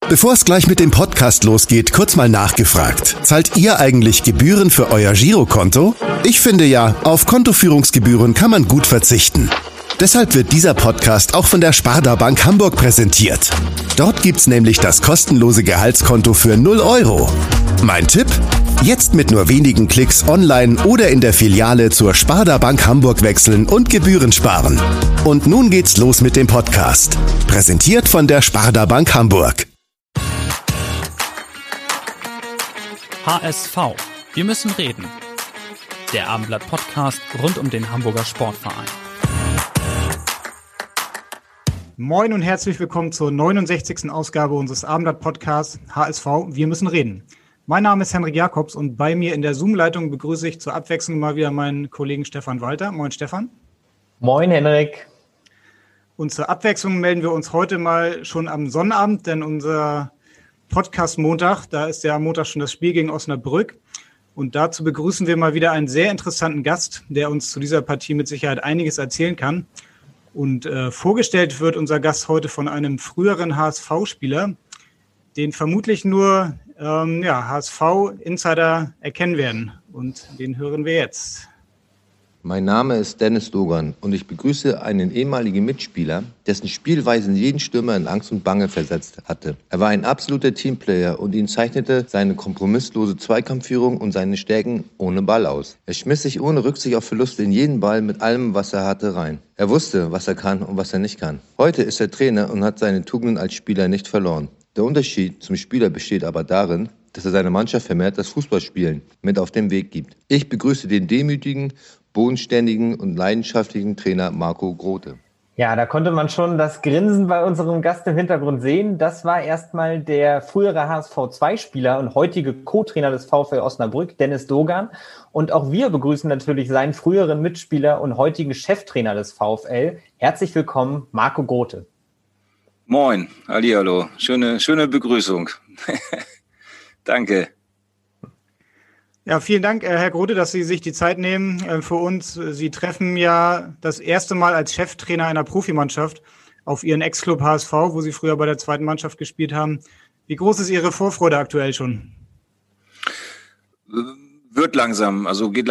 Bevor es gleich mit dem Podcast losgeht, kurz mal nachgefragt. Zahlt ihr eigentlich Gebühren für euer Girokonto? Ich finde ja, auf Kontoführungsgebühren kann man gut verzichten. Deshalb wird dieser Podcast auch von der Sparda Bank Hamburg präsentiert. Dort gibt's nämlich das kostenlose Gehaltskonto für 0 Euro. Mein Tipp? Jetzt mit nur wenigen Klicks online oder in der Filiale zur Sparda Bank Hamburg wechseln und Gebühren sparen. Und nun geht's los mit dem Podcast. Präsentiert von der Sparda Bank Hamburg. HSV. Wir müssen reden. Der Abendblatt-Podcast rund um den Hamburger Sportverein. Moin und herzlich willkommen zur 69. Ausgabe unseres Abendblatt-Podcasts HSV. Wir müssen reden. Mein Name ist Henrik Jakobs und bei mir in der Zoom-Leitung begrüße ich zur Abwechslung mal wieder meinen Kollegen Stefan Walter. Moin Stefan. Moin Henrik. Und zur Abwechslung melden wir uns heute mal schon am Sonnabend, denn unser Podcast Montag, da ist ja am Montag schon das Spiel gegen Osnabrück. Und dazu begrüßen wir mal wieder einen sehr interessanten Gast, der uns zu dieser Partie mit Sicherheit einiges erzählen kann. Und vorgestellt wird unser Gast heute von einem früheren HSV-Spieler, den vermutlich nur HSV-Insider erkennen werden. Und den hören wir jetzt. Mein Name ist Dennis Dogan und ich begrüße einen ehemaligen Mitspieler, dessen Spielweisen jeden Stürmer in Angst und Bange versetzt hatte. Er war ein absoluter Teamplayer und ihn zeichnete seine kompromisslose Zweikampfführung und seine Stärken ohne Ball aus. Er schmiss sich ohne Rücksicht auf Verluste in jeden Ball mit allem, was er hatte, rein. Er wusste, was er kann und was er nicht kann. Heute ist er Trainer und hat seine Tugenden als Spieler nicht verloren. Der Unterschied zum Spieler besteht aber darin, dass er seiner Mannschaft vermehrt das Fußballspielen mit auf den Weg gibt. Ich begrüße den demütigen, bodenständigen und leidenschaftlichen Trainer Marco Grote. Ja, da konnte man schon das Grinsen bei unserem Gast im Hintergrund sehen. Das war erstmal der frühere HSV-2-Spieler und heutige Co-Trainer des VfL Osnabrück, Dennis Dogan. Und auch wir begrüßen natürlich seinen früheren Mitspieler und heutigen Cheftrainer des VfL. Herzlich willkommen, Marco Grote. Moin, hallihallo. Schöne Begrüßung. Danke. Ja, vielen Dank, Herr Grote, dass Sie sich die Zeit nehmen für uns. Sie treffen ja das erste Mal als Cheftrainer einer Profimannschaft auf Ihren Ex-Club HSV, wo Sie früher bei der zweiten Mannschaft gespielt haben. Wie groß ist Ihre Vorfreude aktuell schon? Geht langsam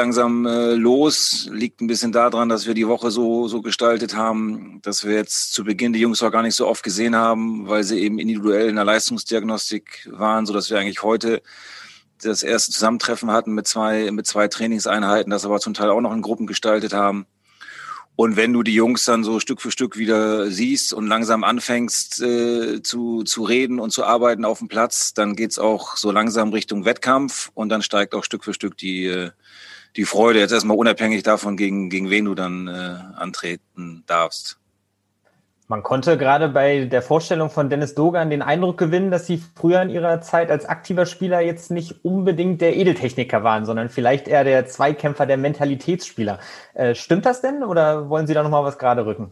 los. Liegt ein bisschen daran, dass wir die Woche so gestaltet haben, dass wir jetzt zu Beginn die Jungs auch gar nicht so oft gesehen haben, weil sie eben individuell in der Leistungsdiagnostik waren, sodass wir eigentlich heute das erste Zusammentreffen hatten mit zwei Trainingseinheiten, das aber zum Teil auch noch in Gruppen gestaltet haben. Und wenn du die Jungs dann so Stück für Stück wieder siehst und langsam anfängst zu reden und zu arbeiten auf dem Platz, dann geht's auch so langsam Richtung Wettkampf und dann steigt auch Stück für Stück die Freude. Jetzt erstmal unabhängig davon, gegen wen du dann antreten darfst. Man konnte gerade bei der Vorstellung von Dennis Dogan den Eindruck gewinnen, dass Sie früher in Ihrer Zeit als aktiver Spieler jetzt nicht unbedingt der Edeltechniker waren, sondern vielleicht eher der Zweikämpfer, der Mentalitätsspieler. Stimmt das denn oder wollen Sie da nochmal was gerade rücken?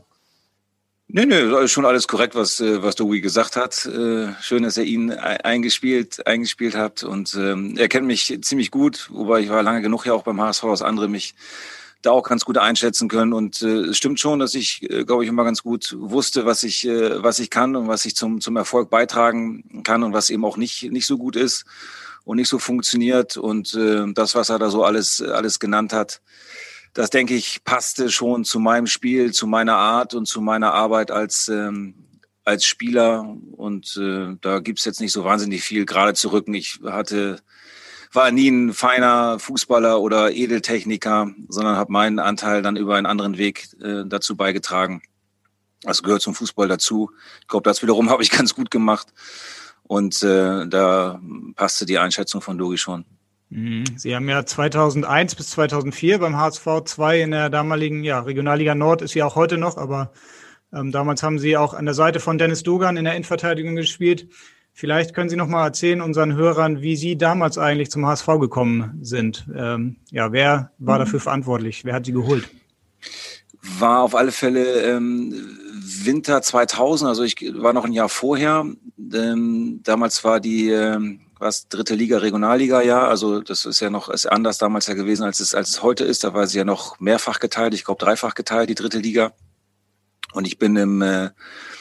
Nee, schon alles korrekt, was Dogi gesagt hat. Schön, dass er ihn eingespielt hat und er kennt mich ziemlich gut, wobei ich war lange genug ja auch beim HSV, dass andere mich da auch ganz gut einschätzen können. Und es stimmt schon, dass ich, glaube ich, immer ganz gut wusste, was ich kann und was ich zum Erfolg beitragen kann und was eben auch nicht so gut ist und nicht so funktioniert. Und das, was er da so alles genannt hat, das, denke ich, passte schon zu meinem Spiel, zu meiner Art und zu meiner Arbeit als Spieler. Und da gibt's jetzt nicht so wahnsinnig viel gerade zu rücken. Ich war nie ein feiner Fußballer oder Edeltechniker, sondern habe meinen Anteil dann über einen anderen Weg dazu beigetragen. Das gehört zum Fußball dazu. Ich glaube, das wiederum habe ich ganz gut gemacht. Und da passte die Einschätzung von Dogi schon. Sie haben ja 2001 bis 2004 beim HSV 2 in der damaligen Regionalliga Nord, ist ja auch heute noch, aber damals haben Sie auch an der Seite von Dennis Dogan in der Innenverteidigung gespielt. Vielleicht können Sie noch mal erzählen unseren Hörern, wie Sie damals eigentlich zum HSV gekommen sind. Wer war dafür verantwortlich? Wer hat Sie geholt? War auf alle Fälle Winter 2000, also ich war noch ein Jahr vorher. Damals war die dritte Liga, Regionalliga, ja. Also das ist ja noch ist anders damals ja gewesen, als es heute ist. Da war sie ja noch mehrfach geteilt, ich glaube dreifach geteilt, die dritte Liga. Und ich bin im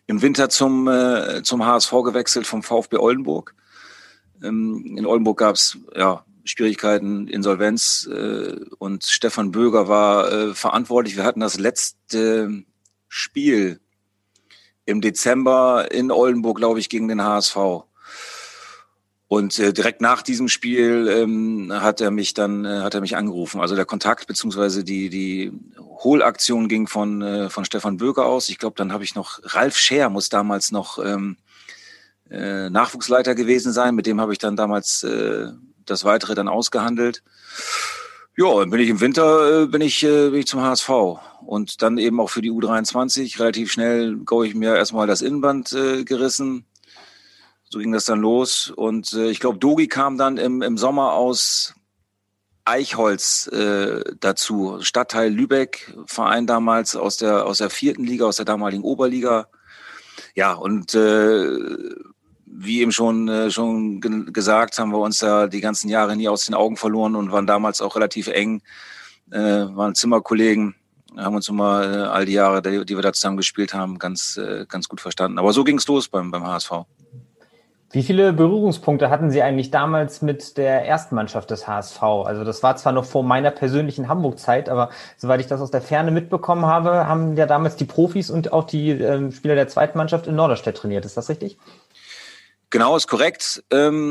im Winter zum HSV gewechselt vom VfB Oldenburg. In Oldenburg gab es Schwierigkeiten, Insolvenz, und Stefan Böger war verantwortlich. Wir hatten das letzte Spiel im Dezember in Oldenburg, glaube ich, gegen den HSV. Und direkt nach diesem Spiel hat er mich angerufen. Also der Kontakt beziehungsweise die Holaktion ging von Stefan Böger aus. Ich glaube, dann habe ich noch Ralf Scher muss damals noch Nachwuchsleiter gewesen sein. Mit dem habe ich dann damals das Weitere dann ausgehandelt. Ja, dann bin ich im Winter bin ich zum HSV und dann eben auch für die U23 relativ schnell ich mir erstmal das Innenband gerissen. So ging das dann los und ich glaube, Dogi kam dann im Sommer aus Eichholz dazu, Stadtteil Lübeck, Verein damals aus der 4. Liga, aus der damaligen Oberliga. Ja, und wie eben schon gesagt, haben wir uns da die ganzen Jahre nie aus den Augen verloren und waren damals auch relativ eng, waren Zimmerkollegen, haben uns immer all die Jahre, die wir da zusammen gespielt haben, ganz gut verstanden. Aber so ging es los beim HSV. Wie viele Berührungspunkte hatten Sie eigentlich damals mit der ersten Mannschaft des HSV? Also das war zwar noch vor meiner persönlichen Hamburg-Zeit, aber soweit ich das aus der Ferne mitbekommen habe, haben ja damals die Profis und auch die Spieler der zweiten Mannschaft in Norderstedt trainiert. Ist das richtig? Genau, ist korrekt.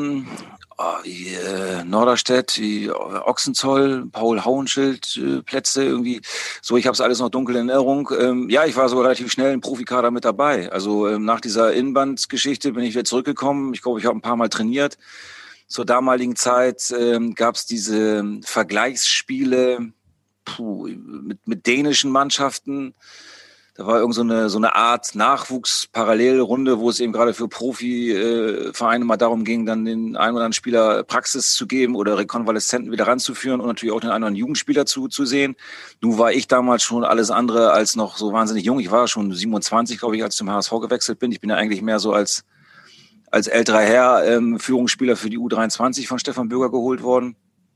Norderstedt, Ochsenzoll, Paul Hauenschild, Plätze irgendwie. So, ich habe es alles noch dunkel in Erinnerung. Ich war so relativ schnell im Profikader mit dabei. Also nach dieser Innenbandgeschichte bin ich wieder zurückgekommen. Ich glaube, ich habe ein paar Mal trainiert. Zur damaligen Zeit gab es diese Vergleichsspiele mit dänischen Mannschaften. Da war irgend so eine Art Nachwuchs-Parallelrunde, wo es eben gerade für Profivereine mal darum ging, dann den einen oder anderen Spieler Praxis zu geben oder Rekonvaleszenten wieder ranzuführen und natürlich auch den einen oder anderen Jugendspieler zu sehen. Nun war ich damals schon alles andere als noch so wahnsinnig jung. Ich war schon 27, glaube ich, als ich zum HSV gewechselt bin. Ich bin ja eigentlich mehr so als älterer Herr Führungsspieler für die U23 von Stefan Böger geholt worden.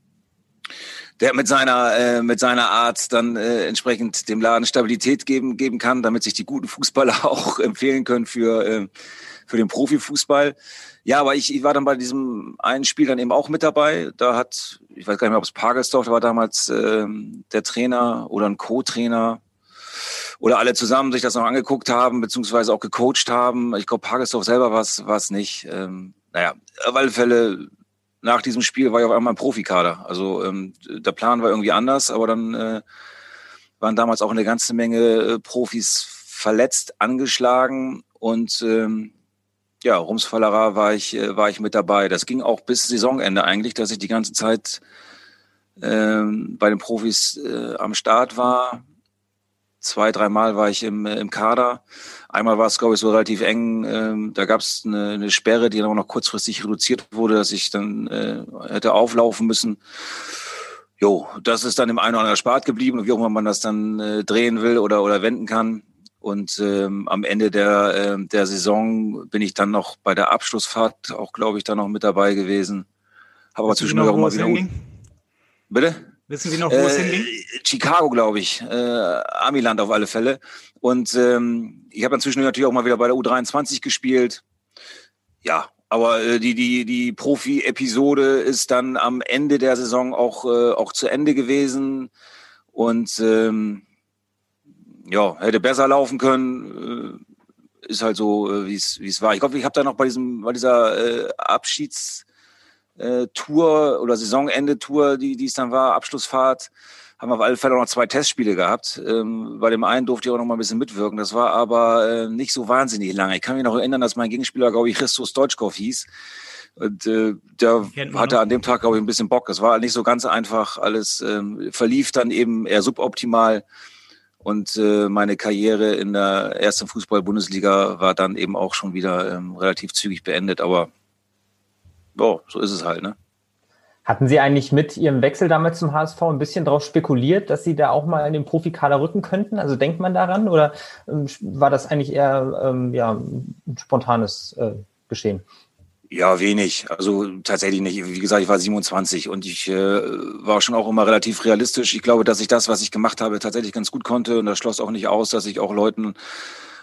Der mit seiner Art dann entsprechend dem Laden Stabilität geben kann, damit sich die guten Fußballer auch empfehlen können für den Profifußball. Ja, aber ich war dann bei diesem einen Spiel dann eben auch mit dabei. Ich weiß gar nicht mehr, ob es Pagelsdorf war damals der Trainer oder ein Co-Trainer oder alle zusammen sich das noch angeguckt haben, beziehungsweise auch gecoacht haben. Ich glaube, Pagelsdorf selber war es nicht. Auf alle Fälle. Nach diesem Spiel war ich auf einmal im Profikader. Also der Plan war irgendwie anders, aber dann waren damals auch eine ganze Menge Profis verletzt, angeschlagen und Rumsfallerei war ich mit dabei. Das ging auch bis Saisonende eigentlich, dass ich die ganze Zeit bei den Profis am Start war. 2-3 Mal war ich im Kader. Einmal war es, glaube ich, so relativ eng. Da gab es eine Sperre, die dann auch noch kurzfristig reduziert wurde, dass ich dann hätte auflaufen müssen. Jo, das ist dann im einen oder anderen erspart geblieben, wie auch immer man das dann drehen will oder wenden kann. Und am Ende der Saison bin ich dann noch bei der Abschlussfahrt auch, glaube ich, dann noch mit dabei gewesen. Habe aber zwischendurch auch mal wieder... Bitte? Wissen Sie noch, wo es hinging? Chicago, glaube ich. Amiland auf alle Fälle. Und ich habe dann zwischendurch natürlich auch mal wieder bei der U23 gespielt. Ja, aber die Profi-Episode ist dann am Ende der Saison auch zu Ende gewesen. Und hätte besser laufen können. Ist halt so, wie es war. Ich glaube, ich habe da noch bei dieser Abschiedstour oder Saisonende-Tour, die es dann war, Abschlussfahrt, haben wir auf alle Fälle auch noch 2 Testspiele gehabt. Bei dem einen durfte ich auch noch mal ein bisschen mitwirken. Das war aber nicht so wahnsinnig lange. Ich kann mich noch erinnern, dass mein Gegenspieler, glaube ich, Christos Stoichkov hieß. Und der hatte an dem Tag, glaube ich, ein bisschen Bock. Das war nicht so ganz einfach. Alles verlief dann eben eher suboptimal. Und meine Karriere in der ersten Fußball-Bundesliga war dann eben auch schon wieder relativ zügig beendet. Aber so ist es halt, ne? Hatten Sie eigentlich mit Ihrem Wechsel damals zum HSV ein bisschen darauf spekuliert, dass Sie da auch mal in den Profikader rücken könnten? Also denkt man daran oder war das eigentlich eher ein spontanes Geschehen? Ja, wenig. Also tatsächlich nicht. Wie gesagt, ich war 27 und ich war schon auch immer relativ realistisch. Ich glaube, dass ich das, was ich gemacht habe, tatsächlich ganz gut konnte und das schloss auch nicht aus, dass ich auch Leuten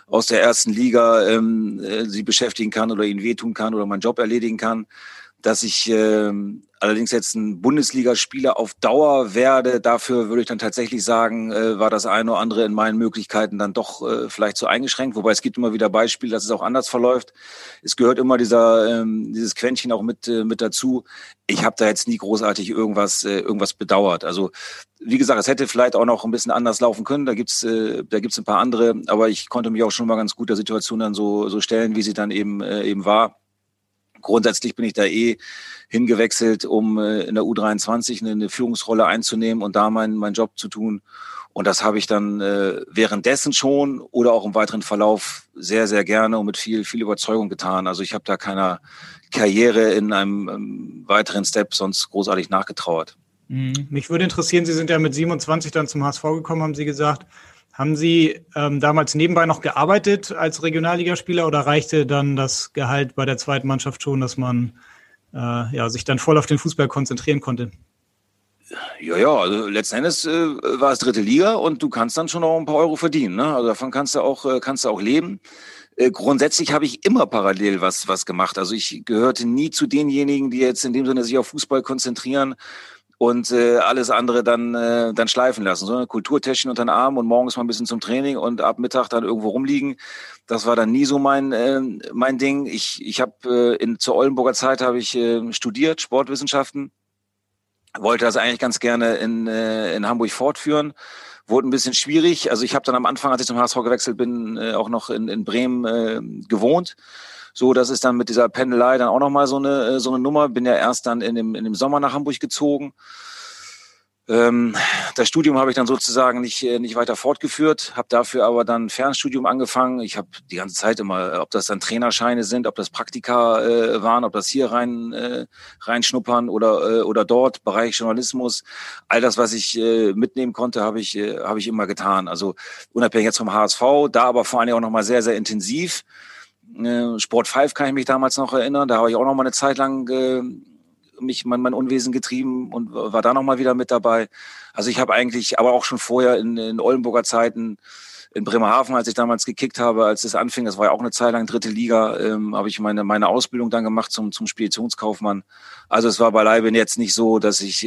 aus der ersten Liga sie beschäftigen kann oder ihnen wehtun kann oder meinen Job erledigen kann. Dass ich allerdings jetzt ein Bundesligaspieler auf Dauer werde, dafür würde ich dann tatsächlich sagen, war das eine oder andere in meinen Möglichkeiten dann doch vielleicht zu eingeschränkt. Wobei es gibt immer wieder Beispiele, dass es auch anders verläuft. Es gehört immer dieses Quäntchen auch mit dazu. Ich habe da jetzt nie großartig irgendwas bedauert. Also wie gesagt, es hätte vielleicht auch noch ein bisschen anders laufen können. Da gibt's ein paar andere, aber ich konnte mich auch schon mal ganz gut der Situation dann so stellen, wie sie dann eben war. Grundsätzlich bin ich da hingewechselt, um in der U23 eine Führungsrolle einzunehmen und da meinen Job zu tun. Und das habe ich dann währenddessen schon oder auch im weiteren Verlauf sehr, sehr gerne und mit viel, viel Überzeugung getan. Also ich habe da keiner Karriere in einem weiteren Step sonst großartig nachgetrauert. Mich würde interessieren, Sie sind ja mit 27 dann zum HSV gekommen, haben Sie gesagt. Haben Sie damals nebenbei noch gearbeitet als Regionalligaspieler oder reichte dann das Gehalt bei der zweiten Mannschaft schon, dass man sich dann voll auf den Fußball konzentrieren konnte? Ja, also letzten Endes war es dritte Liga und du kannst dann schon noch ein paar Euro verdienen, ne? Also davon kannst du auch leben. Grundsätzlich habe ich immer parallel was gemacht. Also ich gehörte nie zu denjenigen, die jetzt in dem Sinne sich auf Fußball konzentrieren und alles andere dann schleifen lassen. So eine Kulturtäschchen unter den Arm und morgens mal ein bisschen zum Training und ab Mittag dann irgendwo rumliegen. Das war dann nie so mein Ding. Ich habe zur Oldenburger Zeit habe ich studiert, Sportwissenschaften. Wollte das eigentlich ganz gerne in Hamburg fortführen. Wurde ein bisschen schwierig. Also ich habe dann am Anfang, als ich zum HSV gewechselt bin, auch noch in Bremen gewohnt. So, das ist dann mit dieser Pendelei dann auch nochmal so eine Nummer. Bin ja erst dann in dem Sommer nach Hamburg gezogen. Das Studium habe ich dann sozusagen nicht weiter fortgeführt, habe dafür aber dann ein Fernstudium angefangen. Ich habe die ganze Zeit immer, ob das dann Trainerscheine sind, ob das Praktika waren, ob das hier reinschnuppern oder dort, Bereich Journalismus. All das, was ich mitnehmen konnte, habe ich immer getan. Also unabhängig jetzt vom HSV, da aber vor allem auch nochmal sehr, sehr intensiv. Sport 5 kann ich mich damals noch erinnern, da habe ich auch noch mal eine Zeit lang mein Unwesen getrieben und war da noch mal wieder mit dabei. Also ich habe eigentlich, aber auch schon vorher in Oldenburger Zeiten, in Bremerhaven, als ich damals gekickt habe, als es anfing, das war ja auch eine Zeit lang dritte Liga, habe ich meine Ausbildung dann gemacht zum Speditionskaufmann. Also es war beileibe jetzt nicht so, dass ich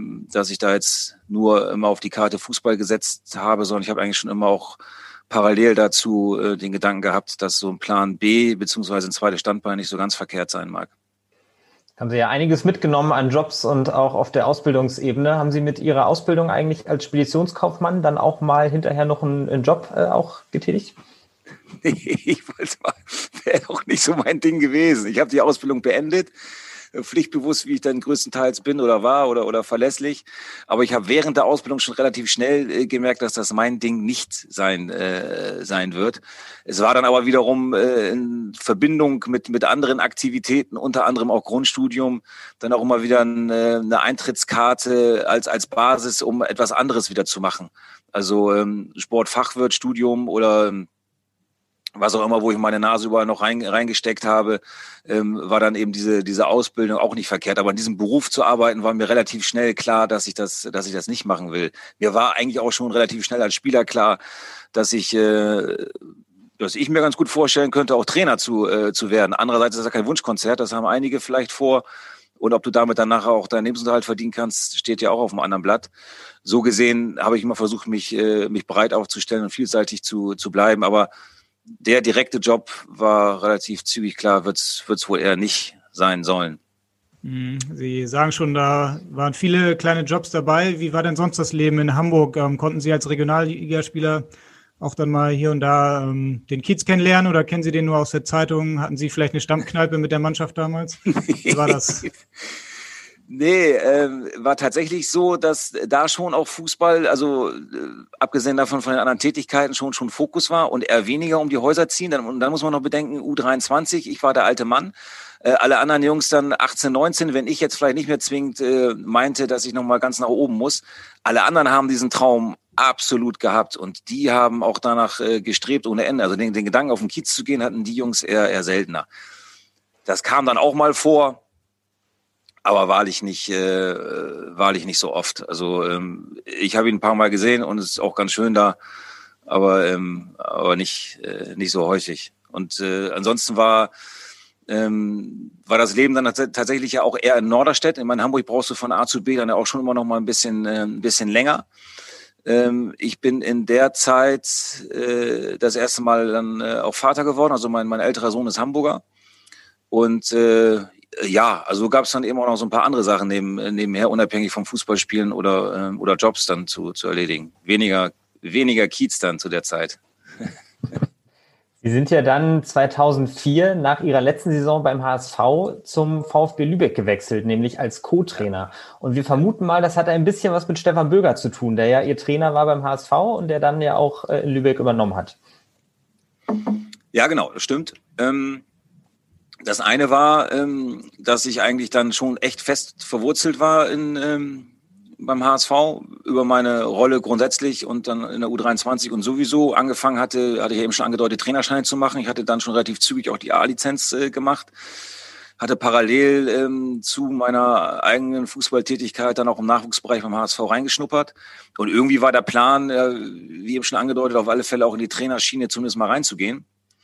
da jetzt nur immer auf die Karte Fußball gesetzt habe, sondern ich habe eigentlich schon immer auch parallel dazu den Gedanken gehabt, dass so ein Plan B beziehungsweise ein zweites Standbein nicht so ganz verkehrt sein mag. Haben Sie ja einiges mitgenommen an Jobs und auch auf der Ausbildungsebene. Haben Sie mit Ihrer Ausbildung eigentlich als Speditionskaufmann dann auch mal hinterher noch einen Job auch getätigt? Nee, ich wollte mal, wäre auch nicht so mein Ding gewesen. Ich habe die Ausbildung beendet, pflichtbewusst, wie ich dann größtenteils bin oder war oder verlässlich. Aber ich habe während der Ausbildung schon relativ schnell gemerkt, dass das mein Ding nicht sein wird. Es war dann aber wiederum in Verbindung mit anderen Aktivitäten, unter anderem auch Grundstudium, dann auch immer wieder eine Eintrittskarte als Basis, um etwas anderes wieder zu machen. Also Sportfachwirtstudium oder was auch immer, wo ich meine Nase überall noch reingesteckt habe, war dann eben diese Ausbildung auch nicht verkehrt. Aber in diesem Beruf zu arbeiten, war mir relativ schnell klar, dass ich das nicht machen will. Mir war eigentlich auch schon relativ schnell als Spieler klar, dass ich mir ganz gut vorstellen könnte, auch Trainer zu werden. Andererseits ist das ja kein Wunschkonzert, das haben einige vielleicht vor. Und ob du damit dann nachher auch deinen Lebensunterhalt verdienen kannst, steht ja auch auf einem anderen Blatt. So gesehen habe ich immer versucht, mich breit aufzustellen und vielseitig zu bleiben. Aber der direkte Job war relativ zügig klar, wird's wohl eher nicht sein sollen. Sie sagen schon, da waren viele kleine Jobs dabei. Wie war denn sonst das Leben in Hamburg? Konnten Sie als Regionalligaspieler auch dann mal hier und da den Kiez kennenlernen oder kennen Sie den nur aus der Zeitung? Hatten Sie vielleicht eine Stammkneipe mit der Mannschaft damals? Wie war das? Nee, war tatsächlich so, dass da schon auch Fußball, also abgesehen davon von den anderen Tätigkeiten schon Fokus war und eher weniger um die Häuser ziehen. Und dann muss man noch bedenken, U23, ich war der alte Mann. Alle anderen Jungs dann 18, 19, wenn ich jetzt vielleicht nicht mehr zwingend meinte, dass ich nochmal ganz nach oben muss. Alle anderen haben diesen Traum absolut gehabt und die haben auch danach gestrebt ohne Ende. Also den Gedanken, auf den Kiez zu gehen, hatten die Jungs eher seltener. Das kam dann auch mal vor. Aber wahrlich nicht so oft. Also ich habe ihn ein paar Mal gesehen und es ist auch ganz schön da aber nicht so häufig. Und ansonsten war das Leben dann tatsächlich ja auch eher in Norderstedt. In Hamburg brauchst du von A zu B dann ja auch schon immer noch mal ein bisschen länger. Ich bin in der Zeit das erste Mal dann auch Vater geworden. Also mein älterer Sohn ist Hamburger. Und also gab es dann eben auch noch so ein paar andere Sachen nebenher, unabhängig vom Fußballspielen oder Jobs dann zu erledigen. Weniger Kiez dann zu der Zeit. Sie sind ja dann 2004 nach Ihrer letzten Saison beim HSV zum VfB Lübeck gewechselt, nämlich als Co-Trainer. Und wir vermuten mal, das hat ein bisschen was mit Stefan Böger zu tun, der ja Ihr Trainer war beim HSV und der dann ja auch in Lübeck übernommen hat. Ja, genau, das stimmt. Das eine war, dass ich eigentlich dann schon echt fest verwurzelt war beim HSV über meine Rolle grundsätzlich und dann in der U23 und sowieso angefangen hatte ich ja eben schon angedeutet, Trainerscheine zu machen. Ich hatte dann schon relativ zügig auch die A-Lizenz gemacht, hatte parallel zu meiner eigenen Fußballtätigkeit dann auch im Nachwuchsbereich beim HSV reingeschnuppert. Und irgendwie war der Plan, wie eben schon angedeutet, auf alle Fälle auch in die Trainerschiene zumindest mal reinzugehen.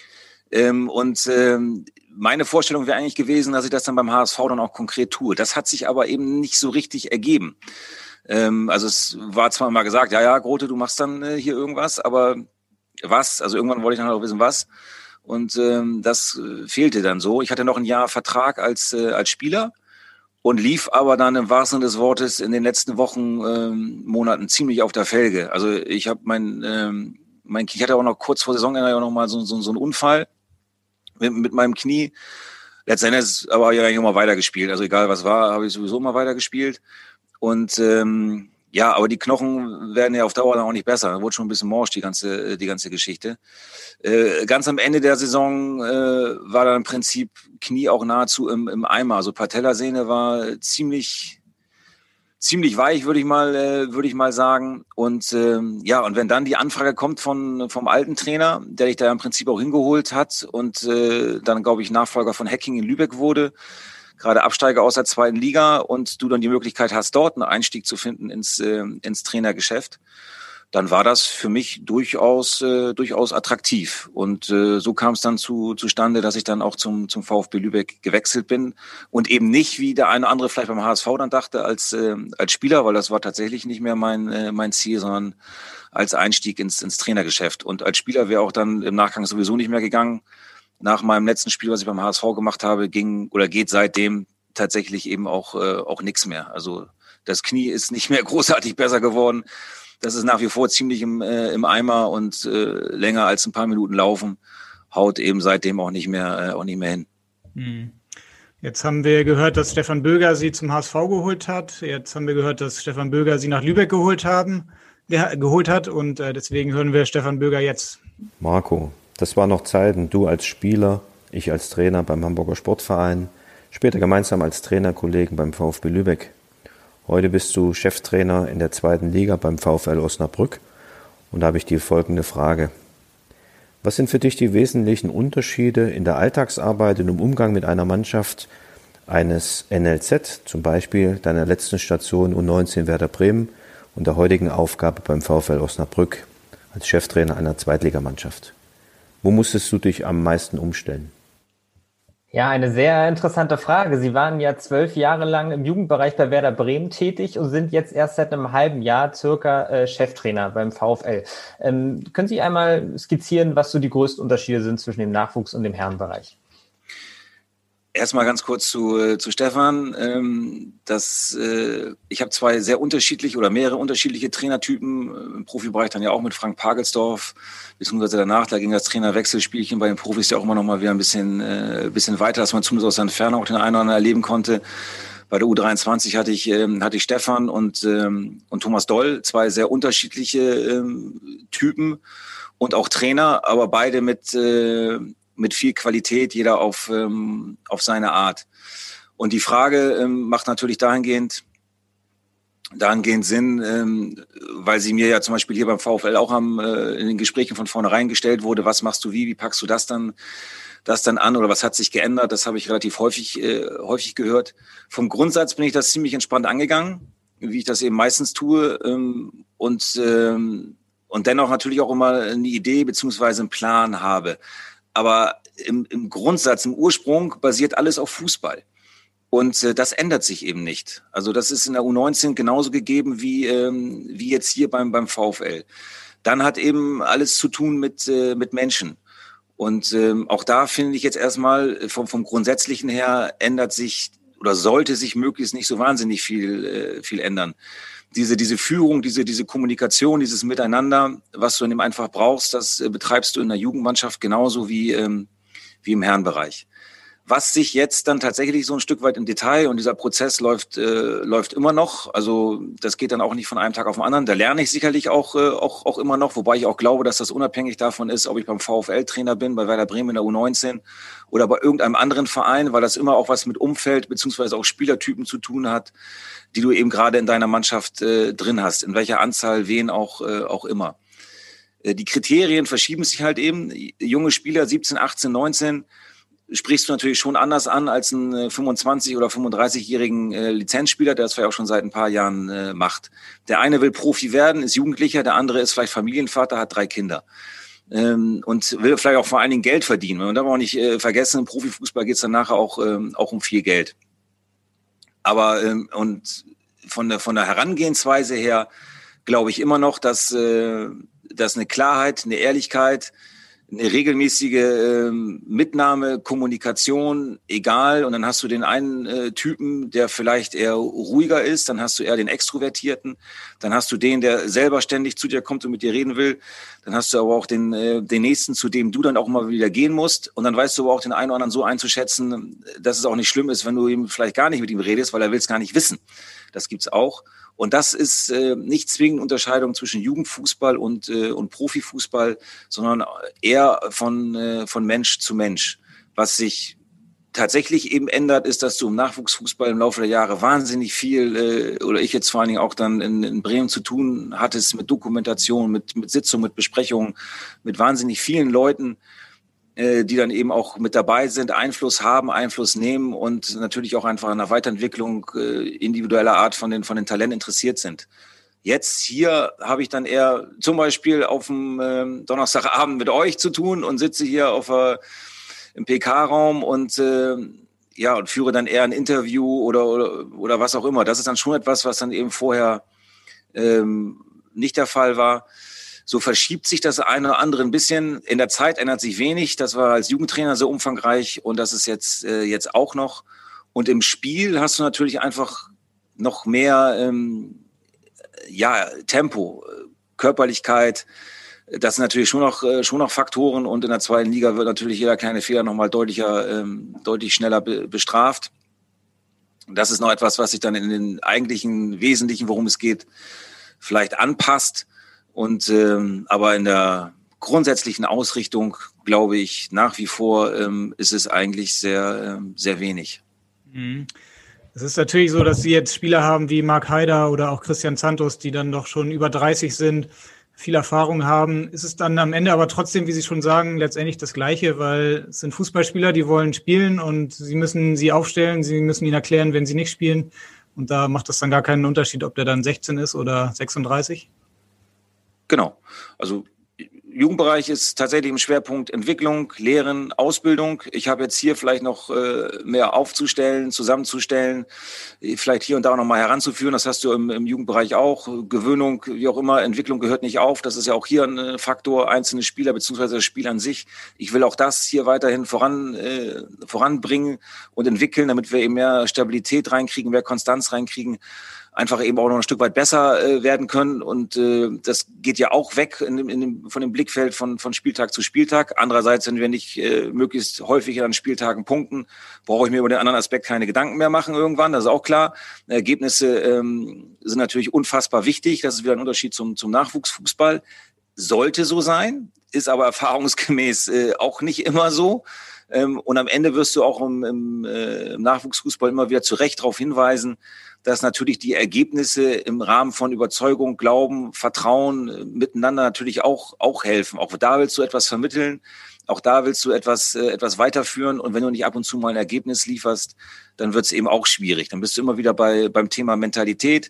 Meine Vorstellung wäre eigentlich gewesen, dass ich das dann beim HSV dann auch konkret tue. Das hat sich aber eben nicht so richtig ergeben. Also es war zwar mal gesagt, ja, Grote, du machst dann hier irgendwas, aber was? Also irgendwann wollte ich dann auch wissen, was. Und das fehlte dann so. Ich hatte noch ein Jahr Vertrag als Spieler und lief aber dann im wahrsten Sinne des Wortes in den letzten Wochen, Monaten ziemlich auf der Felge. Also ich habe ich hatte auch noch kurz vor Saisonende ja noch mal so einen Unfall mit meinem Knie. Letztendlich aber habe ich eigentlich immer weitergespielt. Also egal was war, habe ich sowieso immer weitergespielt. Und aber die Knochen werden ja auf Dauer dann auch nicht besser. Da wurde schon ein bisschen morsch, die ganze Geschichte. Ganz am Ende der Saison war dann im Prinzip Knie auch nahezu im Eimer. Also Patellasehne war ziemlich weich, würde ich mal sagen. Und und wenn dann die Anfrage kommt vom alten Trainer, der dich da im Prinzip auch hingeholt hat und dann, glaube ich, Nachfolger von Hecking in Lübeck wurde, gerade Absteiger aus der 2. Liga und du dann die Möglichkeit hast, dort einen Einstieg zu finden ins Trainergeschäft, dann war das für mich durchaus attraktiv. Und so kam es dann zustande, dass ich dann auch zum VfB Lübeck gewechselt bin und eben nicht, wie der eine oder andere vielleicht beim HSV dann dachte, als Spieler, weil das war tatsächlich nicht mehr mein Ziel, sondern als Einstieg ins Trainergeschäft. Und als Spieler wäre auch dann im Nachgang sowieso nicht mehr gegangen. Nach meinem letzten Spiel, was ich beim HSV gemacht habe, geht seitdem tatsächlich eben auch nichts mehr. Also das Knie ist nicht mehr großartig besser geworden. Das ist nach wie vor ziemlich im Eimer und länger als ein paar Minuten laufen haut eben seitdem auch nicht mehr hin. Jetzt haben wir gehört, dass Stefan Böger Sie zum HSV geholt hat. Jetzt haben wir gehört, dass Stefan Böger Sie nach Lübeck geholt hat und deswegen hören wir Stefan Böger jetzt. Marco, das waren noch Zeiten, du als Spieler, ich als Trainer beim Hamburger Sportverein, später gemeinsam als Trainerkollegen beim VfB Lübeck. Heute bist du Cheftrainer in der 2. Liga beim VfL Osnabrück und da habe ich die folgende Frage. Was sind für dich die wesentlichen Unterschiede in der Alltagsarbeit und im Umgang mit einer Mannschaft eines NLZ, zum Beispiel deiner letzten Station U19 Werder Bremen und der heutigen Aufgabe beim VfL Osnabrück als Cheftrainer einer Zweitligamannschaft? Wo musstest du dich am meisten umstellen? Ja, eine sehr interessante Frage. Sie waren ja 12 Jahre lang im Jugendbereich bei Werder Bremen tätig und sind jetzt erst seit einem halben Jahr circa Cheftrainer beim VfL. Können Sie einmal skizzieren, was so die größten Unterschiede sind zwischen dem Nachwuchs- und dem Herrenbereich? Erstmal ganz kurz zu Stefan. Ich habe zwei sehr unterschiedliche oder mehrere unterschiedliche Trainertypen. Im Profibereich dann ja auch mit Frank Pagelsdorf, beziehungsweise danach, da ging das Trainerwechselspielchen bei den Profis ja auch immer noch mal wieder ein bisschen weiter, dass man zumindest aus der Entfernung auch den einen oder anderen erleben konnte. Bei der U23 hatte ich Stefan und Thomas Doll, zwei sehr unterschiedliche Typen und auch Trainer, aber beide mit viel Qualität, jeder auf seine Art. Und die Frage macht natürlich dahingehend Sinn, weil sie mir ja zum Beispiel hier beim VfL auch in den Gesprächen von vornherein gestellt wurde, was machst du wie packst du das dann an oder was hat sich geändert? Das habe ich relativ häufig gehört. Vom Grundsatz bin ich das ziemlich entspannt angegangen, wie ich das eben meistens tue und und dennoch natürlich auch immer eine Idee beziehungsweise einen Plan habe. Aber im Grundsatz, im Ursprung basiert alles auf Fußball. Und das ändert sich eben nicht. Also das ist in der U19 genauso gegeben wie jetzt hier beim VfL. Dann hat eben alles zu tun mit Menschen. Und auch da finde ich jetzt erstmal vom Grundsätzlichen her ändert sich oder sollte sich möglichst nicht so wahnsinnig viel ändern. Diese Führung, diese Kommunikation, dieses Miteinander, was du in dem einfach brauchst, das betreibst du in der Jugendmannschaft genauso wie im Herrenbereich. Was sich jetzt dann tatsächlich so ein Stück weit im Detail, und dieser Prozess läuft immer noch, also das geht dann auch nicht von einem Tag auf den anderen, da lerne ich sicherlich auch immer noch, wobei ich auch glaube, dass das unabhängig davon ist, ob ich beim VfL-Trainer bin, bei Werder Bremen in der U19 oder bei irgendeinem anderen Verein, weil das immer auch was mit Umfeld beziehungsweise auch Spielertypen zu tun hat, die du eben gerade in deiner Mannschaft drin hast, in welcher Anzahl, wen auch immer. Die Kriterien verschieben sich halt eben, junge Spieler, 17, 18, 19, sprichst du natürlich schon anders an als einen 25- oder 35-jährigen Lizenzspieler, der das vielleicht auch schon seit ein paar Jahren macht. Der eine will Profi werden, ist Jugendlicher, der andere ist vielleicht Familienvater, hat 3 Kinder und will vielleicht auch vor allen Dingen Geld verdienen. Man darf auch nicht vergessen, im Profifußball geht es dann nachher auch um viel Geld. Aber und von der Herangehensweise her glaube ich immer noch, dass eine Klarheit, eine Ehrlichkeit, eine regelmäßige Mitnahme, Kommunikation, egal. Und dann hast du den einen Typen, der vielleicht eher ruhiger ist, dann hast du eher den Extrovertierten, dann hast du den, der selber ständig zu dir kommt und mit dir reden will, dann hast du aber auch den Nächsten, zu dem du dann auch mal wieder gehen musst. Und dann weißt du aber auch den einen oder anderen so einzuschätzen, dass es auch nicht schlimm ist, wenn du eben vielleicht gar nicht mit ihm redest, weil er will es gar nicht wissen. Das gibt's auch. Und das ist nicht zwingend Unterscheidung zwischen Jugendfußball und Profifußball, sondern eher von Mensch zu Mensch. Was sich tatsächlich eben ändert, ist, dass du im Nachwuchsfußball im Laufe der Jahre wahnsinnig viel, oder ich jetzt vor allen Dingen auch dann in Bremen zu tun hattest mit Dokumentation, mit Sitzungen, mit Besprechungen, mit wahnsinnig vielen Leuten, die dann eben auch mit dabei sind, Einfluss haben, Einfluss nehmen und natürlich auch einfach an der Weiterentwicklung individueller Art von den Talenten interessiert sind. Jetzt hier habe ich dann eher zum Beispiel auf dem Donnerstagabend mit euch zu tun und sitze hier im PK-Raum und führe dann eher ein Interview oder was auch immer. Das ist dann schon etwas, was dann eben vorher nicht der Fall war. So verschiebt sich das eine oder andere ein bisschen. In der Zeit ändert sich wenig. Das war als Jugendtrainer so umfangreich und das ist jetzt auch noch. Und im Spiel hast du natürlich einfach noch mehr Tempo, Körperlichkeit. Das sind natürlich schon noch Faktoren und in der zweiten Liga wird natürlich jeder kleine Fehler nochmal deutlich schneller bestraft. Das ist noch etwas, was sich dann in den eigentlichen Wesentlichen, worum es geht, vielleicht anpasst. Und aber in der grundsätzlichen Ausrichtung, glaube ich, nach wie vor ist es eigentlich sehr, sehr wenig. Es ist natürlich so, dass Sie jetzt Spieler haben wie Marc Haider oder auch Christian Santos, die dann doch schon über 30 sind, viel Erfahrung haben. Ist es dann am Ende aber trotzdem, wie Sie schon sagen, letztendlich das Gleiche, weil es sind Fußballspieler, die wollen spielen und Sie müssen sie aufstellen, Sie müssen ihnen erklären, wenn sie nicht spielen. Und da macht das dann gar keinen Unterschied, ob der dann 16 ist oder 36? Genau. Also Jugendbereich ist tatsächlich im Schwerpunkt Entwicklung, Lehren, Ausbildung. Ich habe jetzt hier vielleicht noch mehr aufzustellen, zusammenzustellen, vielleicht hier und da noch mal heranzuführen. Das hast du im Jugendbereich auch. Gewöhnung, wie auch immer, Entwicklung gehört nicht auf. Das ist ja auch hier ein Faktor, einzelne Spieler beziehungsweise das Spiel an sich. Ich will auch das hier weiterhin voranbringen und entwickeln, damit wir eben mehr Stabilität reinkriegen, mehr Konstanz reinkriegen. Einfach eben auch noch ein Stück weit besser werden können. Und das geht ja auch weg von dem Blickfeld von Spieltag zu Spieltag. Andererseits, wenn wir nicht möglichst häufig an Spieltagen punkten, brauche ich mir über den anderen Aspekt keine Gedanken mehr machen irgendwann. Das ist auch klar. Ergebnisse sind natürlich unfassbar wichtig. Das ist wieder ein Unterschied zum Nachwuchsfußball. Sollte so sein, ist aber erfahrungsgemäß auch nicht immer so. Und am Ende wirst du auch im Nachwuchsfußball immer wieder zu Recht darauf hinweisen, dass natürlich die Ergebnisse im Rahmen von Überzeugung, Glauben, Vertrauen miteinander natürlich auch helfen. Auch da willst du etwas vermitteln, auch da willst du etwas weiterführen. Und wenn du nicht ab und zu mal ein Ergebnis lieferst, dann wird es eben auch schwierig. Dann bist du immer wieder beim Thema Mentalität.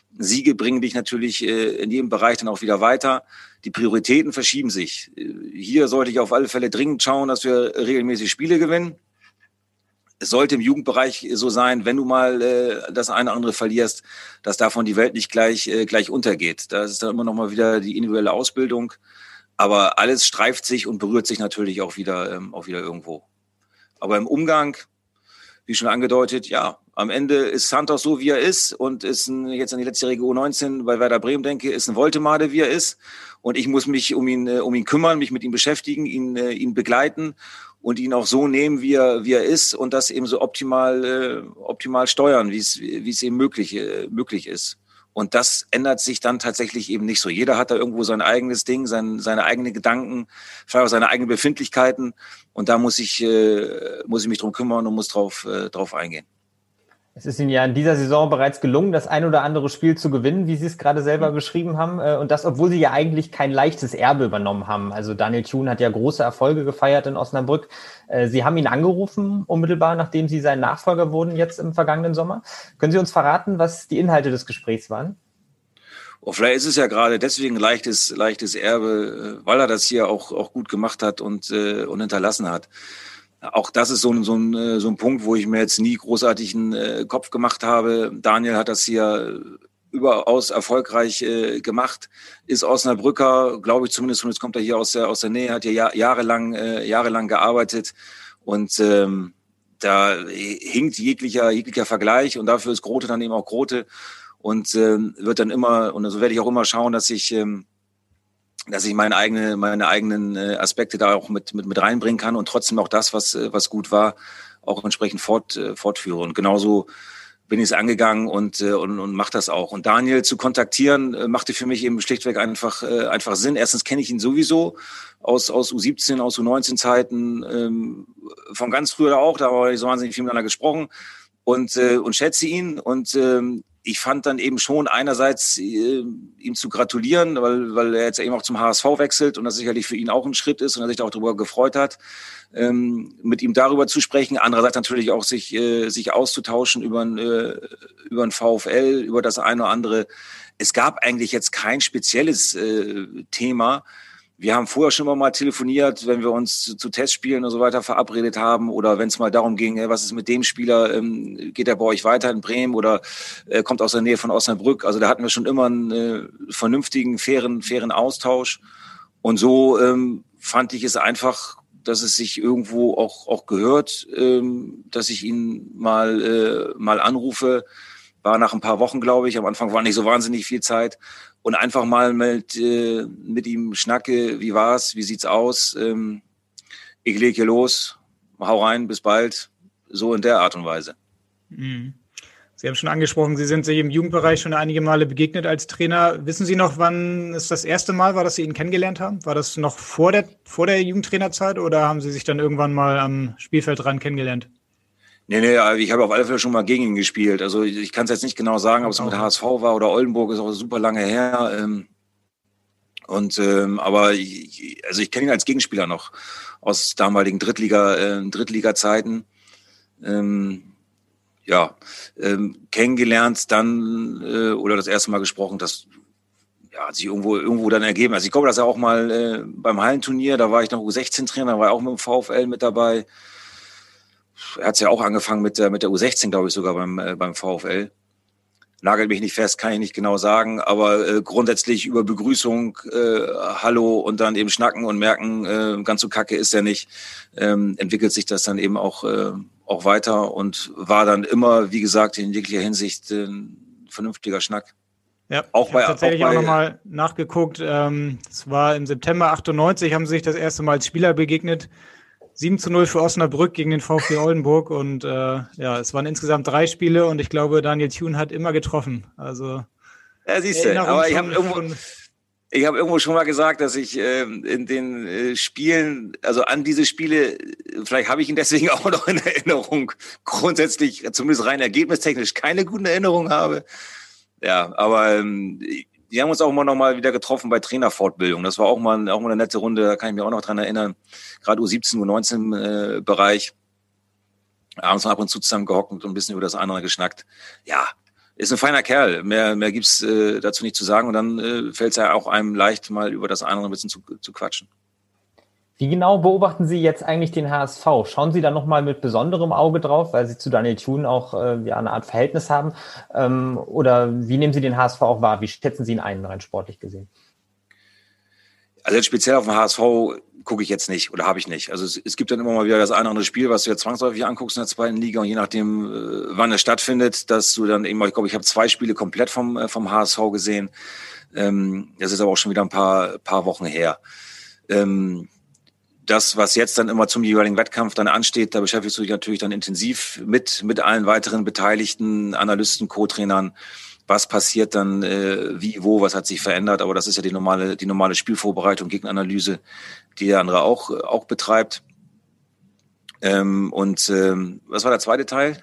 Siege bringen dich natürlich in jedem Bereich dann auch wieder weiter. Die Prioritäten verschieben sich. Hier sollte ich auf alle Fälle dringend schauen, dass wir regelmäßig Spiele gewinnen. Es sollte im Jugendbereich so sein, wenn du mal das eine oder andere verlierst, dass davon die Welt nicht gleich untergeht. Da ist dann immer noch mal wieder die individuelle Ausbildung. Aber alles streift sich und berührt sich natürlich auch wieder irgendwo. Aber im Umgang, wie schon angedeutet, ja, am Ende ist Santos so, wie er ist und ist jetzt an die letztjährige U19 bei Werder Bremen denke, ist ein Voltemade, wie er ist. Und ich muss mich um ihn kümmern, mich mit ihm beschäftigen, ihn begleiten und ihn auch so nehmen, wie er ist und das eben so optimal steuern, wie es eben möglich ist. Und das ändert sich dann tatsächlich eben nicht so. Jeder hat da irgendwo sein eigenes Ding, seine eigenen Gedanken, vielleicht auch seine eigenen Befindlichkeiten. Und da muss ich mich drum kümmern und muss drauf eingehen. Es ist Ihnen ja in dieser Saison bereits gelungen, das ein oder andere Spiel zu gewinnen, wie Sie es gerade selber beschrieben haben. Und das, obwohl Sie ja eigentlich kein leichtes Erbe übernommen haben. Also Daniel Thune hat ja große Erfolge gefeiert in Osnabrück. Sie haben ihn angerufen, unmittelbar nachdem Sie sein Nachfolger wurden, jetzt im vergangenen Sommer. Können Sie uns verraten, was die Inhalte des Gesprächs waren? Oh, vielleicht ist es ja gerade deswegen leichtes Erbe, weil er das hier auch gut gemacht hat und hinterlassen hat. Auch das ist so ein Punkt, wo ich mir jetzt nie großartig einen Kopf gemacht habe. Daniel hat das hier überaus erfolgreich gemacht, ist Osnabrücker, glaube ich zumindest, und jetzt kommt er hier aus der Nähe, hat hier jahrelang gearbeitet und da hinkt jeglicher Vergleich und dafür ist Grote dann eben auch Grote und wird dann immer, und so werde ich auch immer schauen, dass ich meine eigenen Aspekte da auch mit reinbringen kann und trotzdem auch das, was gut war, auch entsprechend fortführe. Und genauso bin ich es angegangen und mache das auch. Und Daniel zu kontaktieren, machte für mich eben schlichtweg einfach Sinn. Erstens kenne ich ihn sowieso aus U17, aus U19-Zeiten, von ganz früher auch, da haben wir so wahnsinnig viel miteinander gesprochen und schätze ihn und ich fand dann eben schon einerseits ihm zu gratulieren, weil er jetzt eben auch zum HSV wechselt und das sicherlich für ihn auch ein Schritt ist und er sich da auch darüber gefreut hat, mit ihm darüber zu sprechen. Andererseits natürlich auch sich auszutauschen über ein VfL, über das eine oder andere. Es gab eigentlich jetzt kein spezielles Thema. Wir haben vorher schon mal telefoniert, wenn wir uns zu Testspielen und so weiter verabredet haben oder wenn es mal darum ging, was ist mit dem Spieler, geht er bei euch weiter in Bremen oder kommt aus der Nähe von Osnabrück. Also da hatten wir schon immer einen vernünftigen, fairen Austausch. Und so fand ich es einfach, dass es sich irgendwo auch gehört, dass ich ihn mal anrufe. War nach ein paar Wochen, glaube ich. Am Anfang war nicht so wahnsinnig viel Zeit. Und einfach mal mit ihm schnacke, wie war's, wie sieht's aus? Ich lege hier los, hau rein, bis bald. So in der Art und Weise. Sie haben schon angesprochen, Sie sind sich im Jugendbereich schon einige Male begegnet als Trainer. Wissen Sie noch, wann es das erste Mal war, dass Sie ihn kennengelernt haben? War das noch vor der Jugendtrainerzeit oder haben Sie sich dann irgendwann mal am Spielfeldrand kennengelernt? Nee, ich habe auf alle Fälle schon mal gegen ihn gespielt. Also ich kann es jetzt nicht genau sagen, ob es mit HSV war oder Oldenburg, ist auch super lange her. Aber ich kenne ihn als Gegenspieler noch aus damaligen Drittliga-Zeiten. Kennengelernt dann oder das erste Mal gesprochen, das hat sich irgendwo dann ergeben. Also ich glaube, dass er auch mal beim Hallenturnier, da war ich noch U16-Trainer, da war er auch mit dem VfL mit dabei. Er hat es ja auch angefangen mit der U16, glaube ich, sogar beim VfL. Nagelt mich nicht fest, kann ich nicht genau sagen, aber grundsätzlich über Begrüßung, Hallo und dann eben schnacken und merken, ganz so kacke ist er nicht, entwickelt sich das dann eben auch weiter und war dann immer, wie gesagt, in jeglicher Hinsicht ein vernünftiger Schnack. Ja, ich habe tatsächlich auch nochmal nachgeguckt. Es war im September 98, haben sie sich das erste Mal als Spieler begegnet. 7:0 für Osnabrück gegen den VfB Oldenburg und es waren insgesamt 3 Spiele und ich glaube, Daniel Thune hat immer getroffen. Also ja, siehst du, aber ich habe irgendwo schon mal gesagt, dass ich in den Spielen, also an diese Spiele, vielleicht habe ich ihn deswegen auch noch in Erinnerung, grundsätzlich, zumindest rein ergebnistechnisch, keine guten Erinnerungen habe. Ja, aber die haben uns auch immer noch mal wieder getroffen bei Trainerfortbildung. Das war auch mal eine nette Runde, da kann ich mich auch noch dran erinnern. Gerade U17, U19 Bereich. Abends mal ab und zu zusammen gehockt und ein bisschen über das andere geschnackt. Ja, ist ein feiner Kerl. Mehr gibt's dazu nicht zu sagen. Und dann fällt es ja auch einem leicht, mal über das eine oder ein bisschen zu quatschen. Wie genau beobachten Sie jetzt eigentlich den HSV? Schauen Sie da nochmal mit besonderem Auge drauf, weil Sie zu Daniel Thune auch eine Art Verhältnis haben? Oder wie nehmen Sie den HSV auch wahr? Wie schätzen Sie ihn ein, rein sportlich gesehen? Also jetzt speziell auf den HSV gucke ich jetzt nicht oder habe ich nicht. Also es gibt dann immer mal wieder das eine oder andere Spiel, was du jetzt zwangsläufig anguckst in der zweiten Liga, und je nachdem, wann es stattfindet, dass du dann eben, ich glaube, ich habe 2 Spiele komplett vom HSV gesehen. Das ist aber auch schon wieder ein paar Wochen her. Das, was jetzt dann immer zum jeweiligen Wettkampf dann ansteht, da beschäftigst du dich natürlich dann intensiv mit allen weiteren Beteiligten, Analysten, Co-Trainern. Was passiert dann, wie, wo, was hat sich verändert? Aber das ist ja die normale Spielvorbereitung, Gegneranalyse, die der andere auch betreibt. Was war der zweite Teil?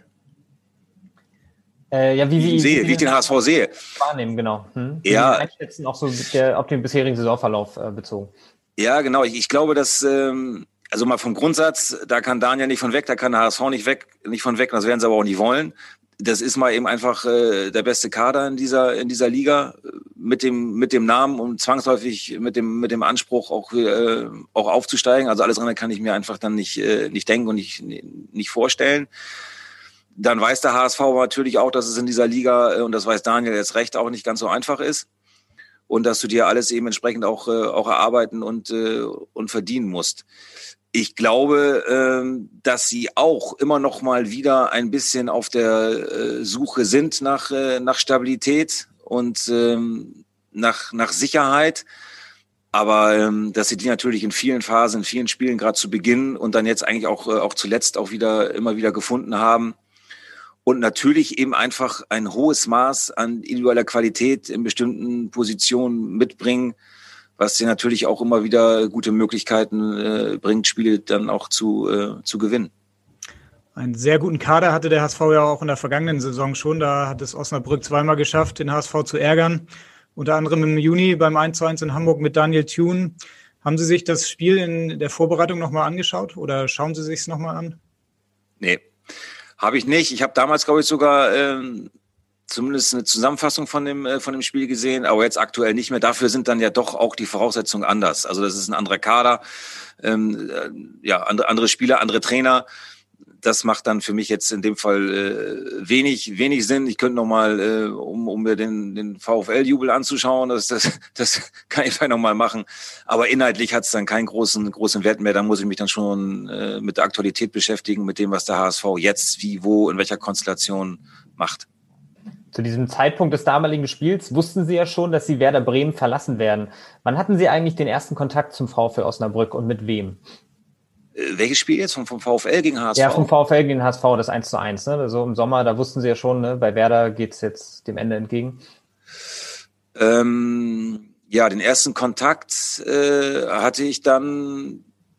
Wie ich den HSV sehe. Wahrnehmen, genau. Ja. Einschätzen, auch so auf den bisherigen Saisonverlauf bezogen. Ja, genau. Ich glaube, dass, also mal vom Grundsatz, da kann Daniel nicht von weg, da kann der HSV nicht von weg, das werden sie aber auch nicht wollen. Das ist mal eben einfach der beste Kader in dieser Liga mit dem Namen und zwangsläufig mit dem Anspruch auch aufzusteigen. Also alles andere kann ich mir einfach dann nicht denken und nicht vorstellen. Dann weiß der HSV natürlich auch, dass es in dieser Liga, und das weiß Daniel jetzt recht, auch nicht ganz so einfach ist. Und dass du dir alles eben entsprechend auch erarbeiten und verdienen musst. Ich glaube, dass sie auch immer noch mal wieder ein bisschen auf der Suche sind nach Stabilität und nach Sicherheit. Aber dass sie die natürlich in vielen Phasen, in vielen Spielen gerade zu Beginn und dann jetzt eigentlich auch zuletzt auch immer wieder gefunden haben. Und natürlich eben einfach ein hohes Maß an individueller Qualität in bestimmten Positionen mitbringen, was dir natürlich auch immer wieder gute Möglichkeiten bringt, Spiele dann auch zu gewinnen. Einen sehr guten Kader hatte der HSV ja auch in der vergangenen Saison schon. Da hat es Osnabrück zweimal geschafft, den HSV zu ärgern. Unter anderem im Juni beim 1:1 in Hamburg mit Daniel Thune. Haben Sie sich das Spiel in der Vorbereitung nochmal angeschaut oder schauen Sie sich es nochmal an? Nee, habe ich nicht. Ich habe damals, glaube ich, sogar zumindest eine Zusammenfassung von dem Spiel gesehen, aber jetzt aktuell nicht mehr. Dafür sind dann ja doch auch die Voraussetzungen anders. Also das ist ein anderer Kader, andere Spieler, andere Trainer. Das macht dann für mich jetzt in dem Fall wenig Sinn. Ich könnte noch mal, um mir den VfL-Jubel anzuschauen, das kann ich vielleicht noch mal machen. Aber inhaltlich hat es dann keinen großen Wert mehr. Da muss ich mich dann schon mit der Aktualität beschäftigen, mit dem, was der HSV jetzt, wie, wo, in welcher Konstellation macht. Zu diesem Zeitpunkt des damaligen Spiels wussten Sie ja schon, dass Sie Werder Bremen verlassen werden. Wann hatten Sie eigentlich den ersten Kontakt zum VfL Osnabrück und mit wem? Welches Spiel jetzt? Vom VfL gegen HSV? Ja, vom VfL gegen HSV, das 1:1. Ne? Also im Sommer, da wussten Sie ja schon, ne? Bei Werder geht's jetzt dem Ende entgegen. Den ersten Kontakt hatte ich dann,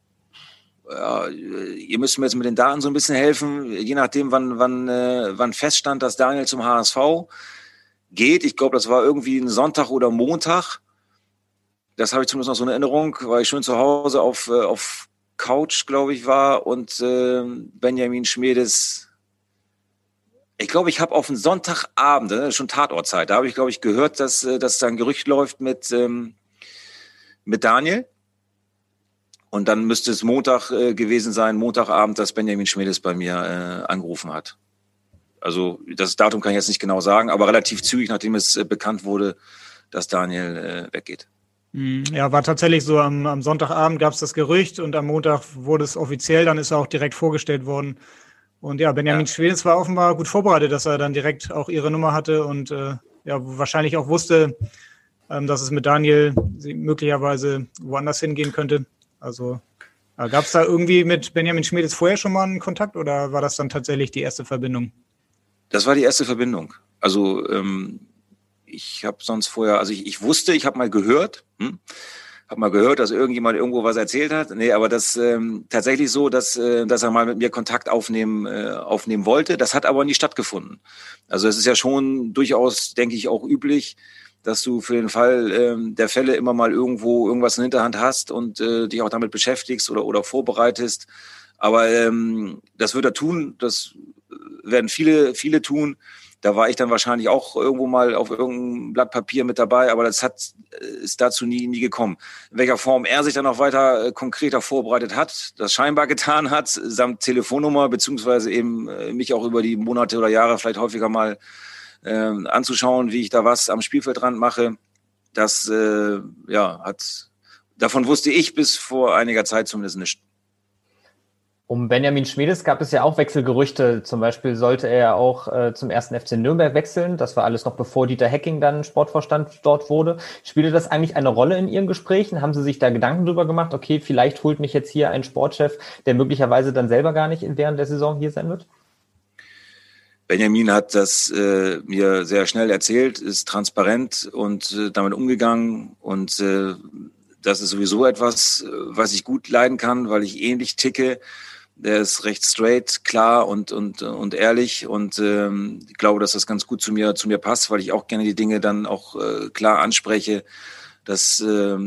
ihr müsst mir jetzt mit den Daten so ein bisschen helfen, je nachdem, wann feststand, dass Daniel zum HSV geht. Ich glaube, das war irgendwie ein Sonntag oder Montag. Das habe ich zumindest noch so eine Erinnerung, weil ich schön zu Hause auf Couch, glaube ich, war und Benjamin Schmedes, ich glaube, ich habe auf einen Sonntagabend, schon Tatortzeit, da habe ich, glaube ich, gehört, dass da ein Gerücht läuft mit Daniel. Und dann müsste es Montag gewesen sein, Montagabend, dass Benjamin Schmedes bei mir angerufen hat. Also das Datum kann ich jetzt nicht genau sagen, aber relativ zügig, nachdem es bekannt wurde, dass Daniel weggeht. Ja, war tatsächlich so, am Sonntagabend gab es das Gerücht und am Montag wurde es offiziell, dann ist er auch direkt vorgestellt worden. Und ja, Benjamin Schmedes war offenbar gut vorbereitet, dass er dann direkt auch ihre Nummer hatte und wahrscheinlich auch wusste, dass es mit Daniel möglicherweise woanders hingehen könnte. Also gab es da irgendwie mit Benjamin Schmedes vorher schon mal einen Kontakt oder war das dann tatsächlich die erste Verbindung? Das war die erste Verbindung. Also ich habe sonst vorher, also ich wusste, ich habe mal gehört, dass irgendjemand irgendwo was erzählt hat. Nee, aber das tatsächlich so, dass er mal mit mir Kontakt aufnehmen wollte. Das hat aber nie stattgefunden. Also es ist ja schon durchaus, denke ich, auch üblich, dass du für den Fall der Fälle immer mal irgendwo irgendwas in der Hinterhand hast und dich auch damit beschäftigst oder vorbereitest. Aber das wird er tun, das werden viele tun, Da war ich dann wahrscheinlich auch irgendwo mal auf irgendeinem Blatt Papier mit dabei, aber das ist dazu nie gekommen. In welcher Form er sich dann noch weiter konkreter vorbereitet hat, das scheinbar getan hat, samt Telefonnummer, beziehungsweise eben mich auch über die Monate oder Jahre vielleicht häufiger mal anzuschauen, wie ich da was am Spielfeldrand mache. Das davon wusste ich bis vor einiger Zeit zumindest nichts. Um Benjamin Schmedes gab es ja auch Wechselgerüchte. Zum Beispiel sollte er auch zum 1. FC Nürnberg wechseln. Das war alles noch bevor Dieter Hecking dann Sportvorstand dort wurde. Spielte das eigentlich eine Rolle in Ihren Gesprächen? Haben Sie sich da Gedanken drüber gemacht? Okay, vielleicht holt mich jetzt hier ein Sportchef, der möglicherweise dann selber gar nicht während der Saison hier sein wird? Benjamin hat das mir sehr schnell erzählt, ist transparent und damit umgegangen. Und das ist sowieso etwas, was ich gut leiden kann, weil ich ähnlich ticke. Der ist recht straight, klar und ehrlich und ich glaube, dass das ganz gut zu mir passt, weil ich auch gerne die Dinge dann auch klar anspreche. Das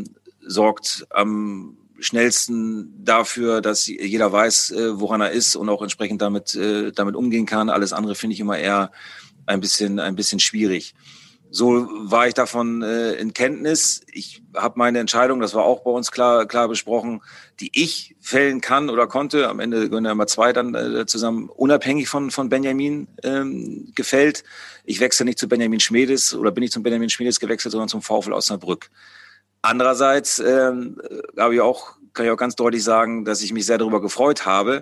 sorgt am schnellsten dafür, dass jeder weiß, woran er ist und auch entsprechend damit umgehen kann. Alles andere finde ich immer eher ein bisschen schwierig. So war ich davon in Kenntnis. Ich habe meine Entscheidung, das war auch bei uns klar besprochen, die ich fällen kann oder konnte. Am Ende gehören ja immer zwei dann zusammen, unabhängig von Benjamin gefällt. Ich wechsle nicht zu Benjamin Schmedes oder bin nicht zum Benjamin Schmedes gewechselt, sondern zum VfL Osnabrück. Andererseits kann ich auch ganz deutlich sagen, dass ich mich sehr darüber gefreut habe,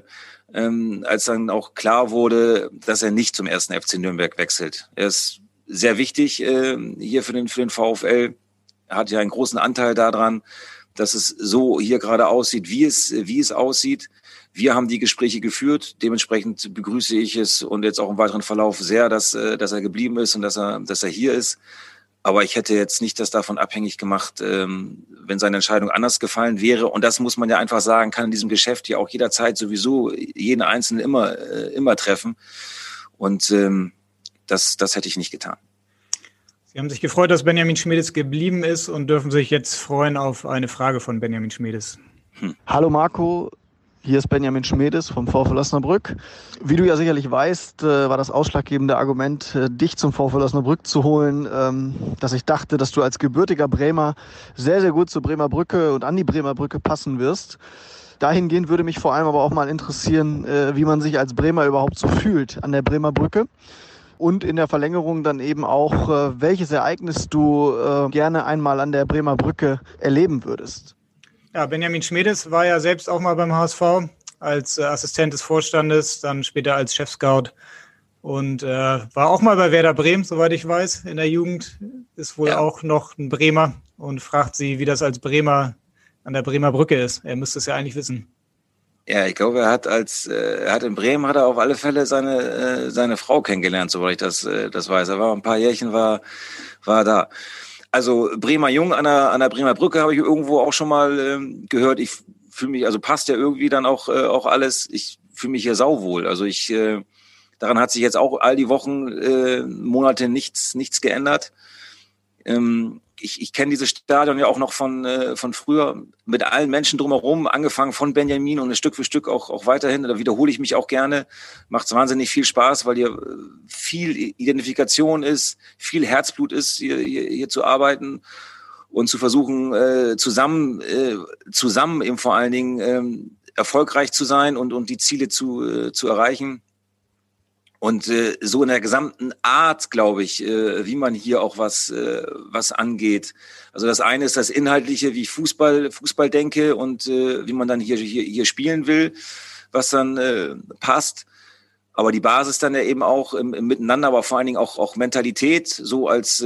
als dann auch klar wurde, dass er nicht zum 1. FC Nürnberg wechselt. Er ist sehr wichtig hier für den VfL. Er hat ja einen großen Anteil daran, dass es so hier gerade aussieht, wie es aussieht. Wir haben die Gespräche geführt. Dementsprechend begrüße ich es und jetzt auch im weiteren Verlauf sehr, dass er geblieben ist und dass er hier ist. Aber ich hätte jetzt nicht das davon abhängig gemacht, wenn seine Entscheidung anders gefallen wäre. Und das muss man ja einfach sagen, kann in diesem Geschäft ja auch jederzeit sowieso jeden Einzelnen immer treffen. Und das hätte ich nicht getan. Sie haben sich gefreut, dass Benjamin Schmedes geblieben ist und dürfen sich jetzt freuen auf eine Frage von Benjamin Schmedes. Hallo Marco, hier ist Benjamin Schmedes vom VfL Osnabrück. Wie du ja sicherlich weißt, war das ausschlaggebende Argument, dich zum VfL Osnabrück zu holen, dass ich dachte, dass du als gebürtiger Bremer sehr, sehr gut zur Bremer Brücke und an die Bremer Brücke passen wirst. Dahingehend würde mich vor allem aber auch mal interessieren, wie man sich als Bremer überhaupt so fühlt an der Bremer Brücke. Und in der Verlängerung dann eben auch, welches Ereignis du gerne einmal an der Bremer Brücke erleben würdest. Ja, Benjamin Schmedes war ja selbst auch mal beim HSV als Assistent des Vorstandes, dann später als Chefscout und war auch mal bei Werder Bremen, soweit ich weiß, in der Jugend. Ist wohl auch noch ein Bremer und fragt sie, wie das als Bremer an der Bremer Brücke ist. Er müsste es ja eigentlich wissen. Ja, ich glaube, er hat in Bremen hat er auf alle Fälle seine Frau kennengelernt, soweit ich das weiß. Er war ein paar Jährchen war da. Also Bremer Jung an der Bremer Brücke habe ich irgendwo auch schon mal gehört. Ich fühle mich, also passt ja irgendwie dann auch alles. Ich fühle mich hier sauwohl. Also daran hat sich jetzt auch all die Wochen, Monate nichts geändert. Ich kenne dieses Stadion ja auch noch von früher mit allen Menschen drumherum, angefangen von Benjamin und Stück für Stück auch weiterhin. Da wiederhole ich mich auch gerne. Macht wahnsinnig viel Spaß, weil hier viel Identifikation ist, viel Herzblut ist, hier zu arbeiten und zu versuchen, zusammen eben vor allen Dingen erfolgreich zu sein und die Ziele zu erreichen. Und so in der gesamten Art, glaube ich, wie man hier auch was angeht. Also das eine ist das Inhaltliche, wie ich Fußball denke und wie man dann hier spielen will, was dann passt. Aber die Basis dann ja eben auch im Miteinander, aber vor allen Dingen auch Mentalität, so als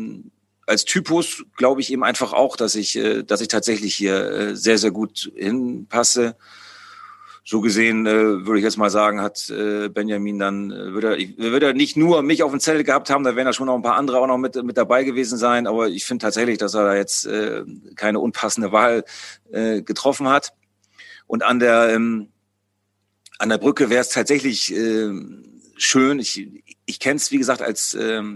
Typus, glaube ich eben einfach auch, dass ich tatsächlich hier sehr, sehr gut hinpasse. So gesehen würde ich jetzt mal sagen, hat Benjamin dann, würde er nicht nur mich auf dem Zettel gehabt haben, da wären da schon noch ein paar andere auch noch mit dabei gewesen sein. Aber ich finde tatsächlich, dass er da jetzt keine unpassende Wahl getroffen hat. Und an der Brücke wäre es tatsächlich schön. Ich kenne es, wie gesagt, als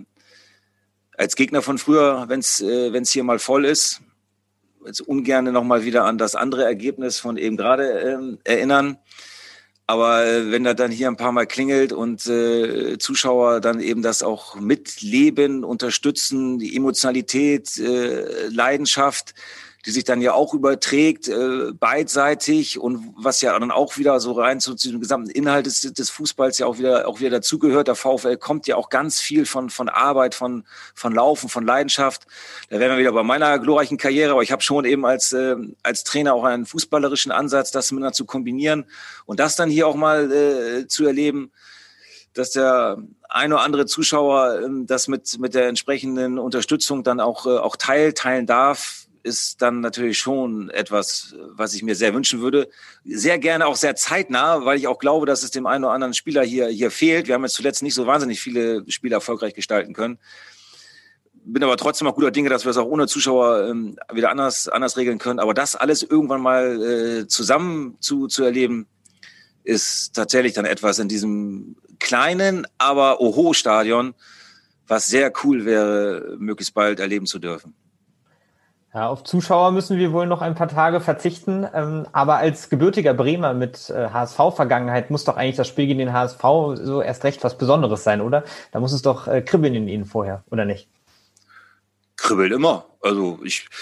Gegner von früher, wenn es hier mal voll ist. Jetzt ungern noch mal wieder an das andere Ergebnis von eben gerade erinnern. Aber wenn da dann hier ein paar Mal klingelt und Zuschauer dann eben das auch mitleben, unterstützen, die Emotionalität, Leidenschaft, die sich dann ja auch überträgt, beidseitig, und was ja dann auch wieder so rein zu dem gesamten Inhalt des Fußballs ja auch wieder dazugehört. Der VfL kommt ja auch ganz viel von Arbeit, von Laufen, von Leidenschaft. Da wären wir wieder bei meiner glorreichen Karriere, aber ich habe schon eben als Trainer auch einen fußballerischen Ansatz, das miteinander zu kombinieren und das dann hier auch mal zu erleben, dass der ein oder andere Zuschauer das mit der entsprechenden Unterstützung dann auch teilen darf, ist dann natürlich schon etwas, was ich mir sehr wünschen würde. Sehr gerne auch sehr zeitnah, weil ich auch glaube, dass es dem einen oder anderen Spieler hier fehlt. Wir haben jetzt zuletzt nicht so wahnsinnig viele Spiele erfolgreich gestalten können. Bin aber trotzdem auch guter Dinge, dass wir es auch ohne Zuschauer wieder anders regeln können. Aber das alles irgendwann mal zusammen zu erleben, ist tatsächlich dann etwas in diesem kleinen, aber Oho-Stadion, was sehr cool wäre, möglichst bald erleben zu dürfen. Ja, auf Zuschauer müssen wir wohl noch ein paar Tage verzichten. Aber als gebürtiger Bremer mit HSV-Vergangenheit muss doch eigentlich das Spiel gegen den HSV so erst recht was Besonderes sein, oder? Da muss es doch kribbeln in Ihnen vorher, oder nicht? Kribbeln immer. Also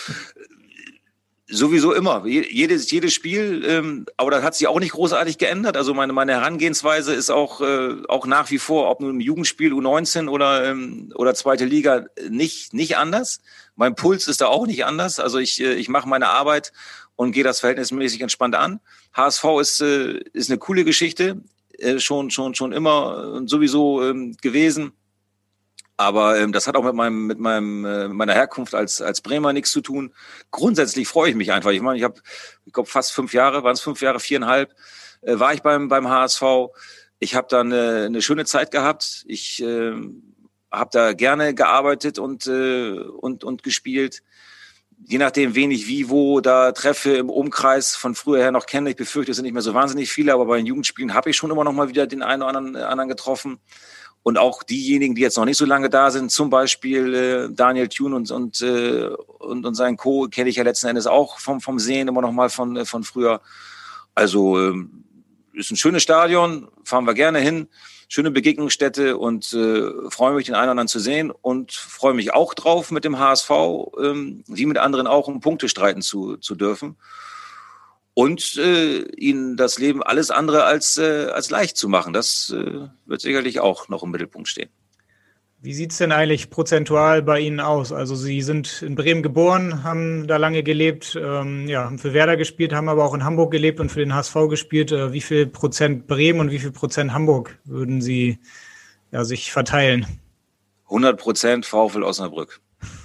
sowieso immer. Jedes Spiel, aber das hat sich auch nicht großartig geändert. Also meine Herangehensweise ist auch nach wie vor, ob nun im Jugendspiel U19 oder zweite Liga, nicht anders. Mein Puls ist da auch nicht anders. Also ich mache meine Arbeit und gehe das verhältnismäßig entspannt an. HSV ist eine coole Geschichte, schon immer und sowieso gewesen. Aber das hat auch mit meiner Herkunft als Bremer nichts zu tun. Grundsätzlich freue ich mich einfach. Ich meine, ich glaube fast 5 Jahre, waren es 5 Jahre, 4,5, war ich beim HSV. Ich habe da eine schöne Zeit gehabt. Ich habe da gerne gearbeitet und gespielt. Je nachdem, wen ich wo da treffe im Umkreis von früher her noch kenne. Ich befürchte, es sind nicht mehr so wahnsinnig viele, aber bei den Jugendspielen habe ich schon immer noch mal wieder den einen oder anderen getroffen. Und auch diejenigen, die jetzt noch nicht so lange da sind, zum Beispiel Daniel Thune und sein Co. kenne ich ja letzten Endes auch vom Sehen immer noch mal von früher. Also ist ein schönes Stadion, fahren wir gerne hin, schöne Begegnungsstätte und freue mich, den einen oder anderen zu sehen und freue mich auch drauf, mit dem HSV, wie mit anderen auch, um Punkte streiten zu dürfen. Und ihnen das Leben alles andere als leicht zu machen. Das wird sicherlich auch noch im Mittelpunkt stehen. Wie sieht es denn eigentlich prozentual bei Ihnen aus? Also Sie sind in Bremen geboren, haben da lange gelebt, haben für Werder gespielt, haben aber auch in Hamburg gelebt und für den HSV gespielt. Wie viel Prozent Bremen und wie viel Prozent Hamburg würden Sie sich verteilen? 100% VfL Osnabrück.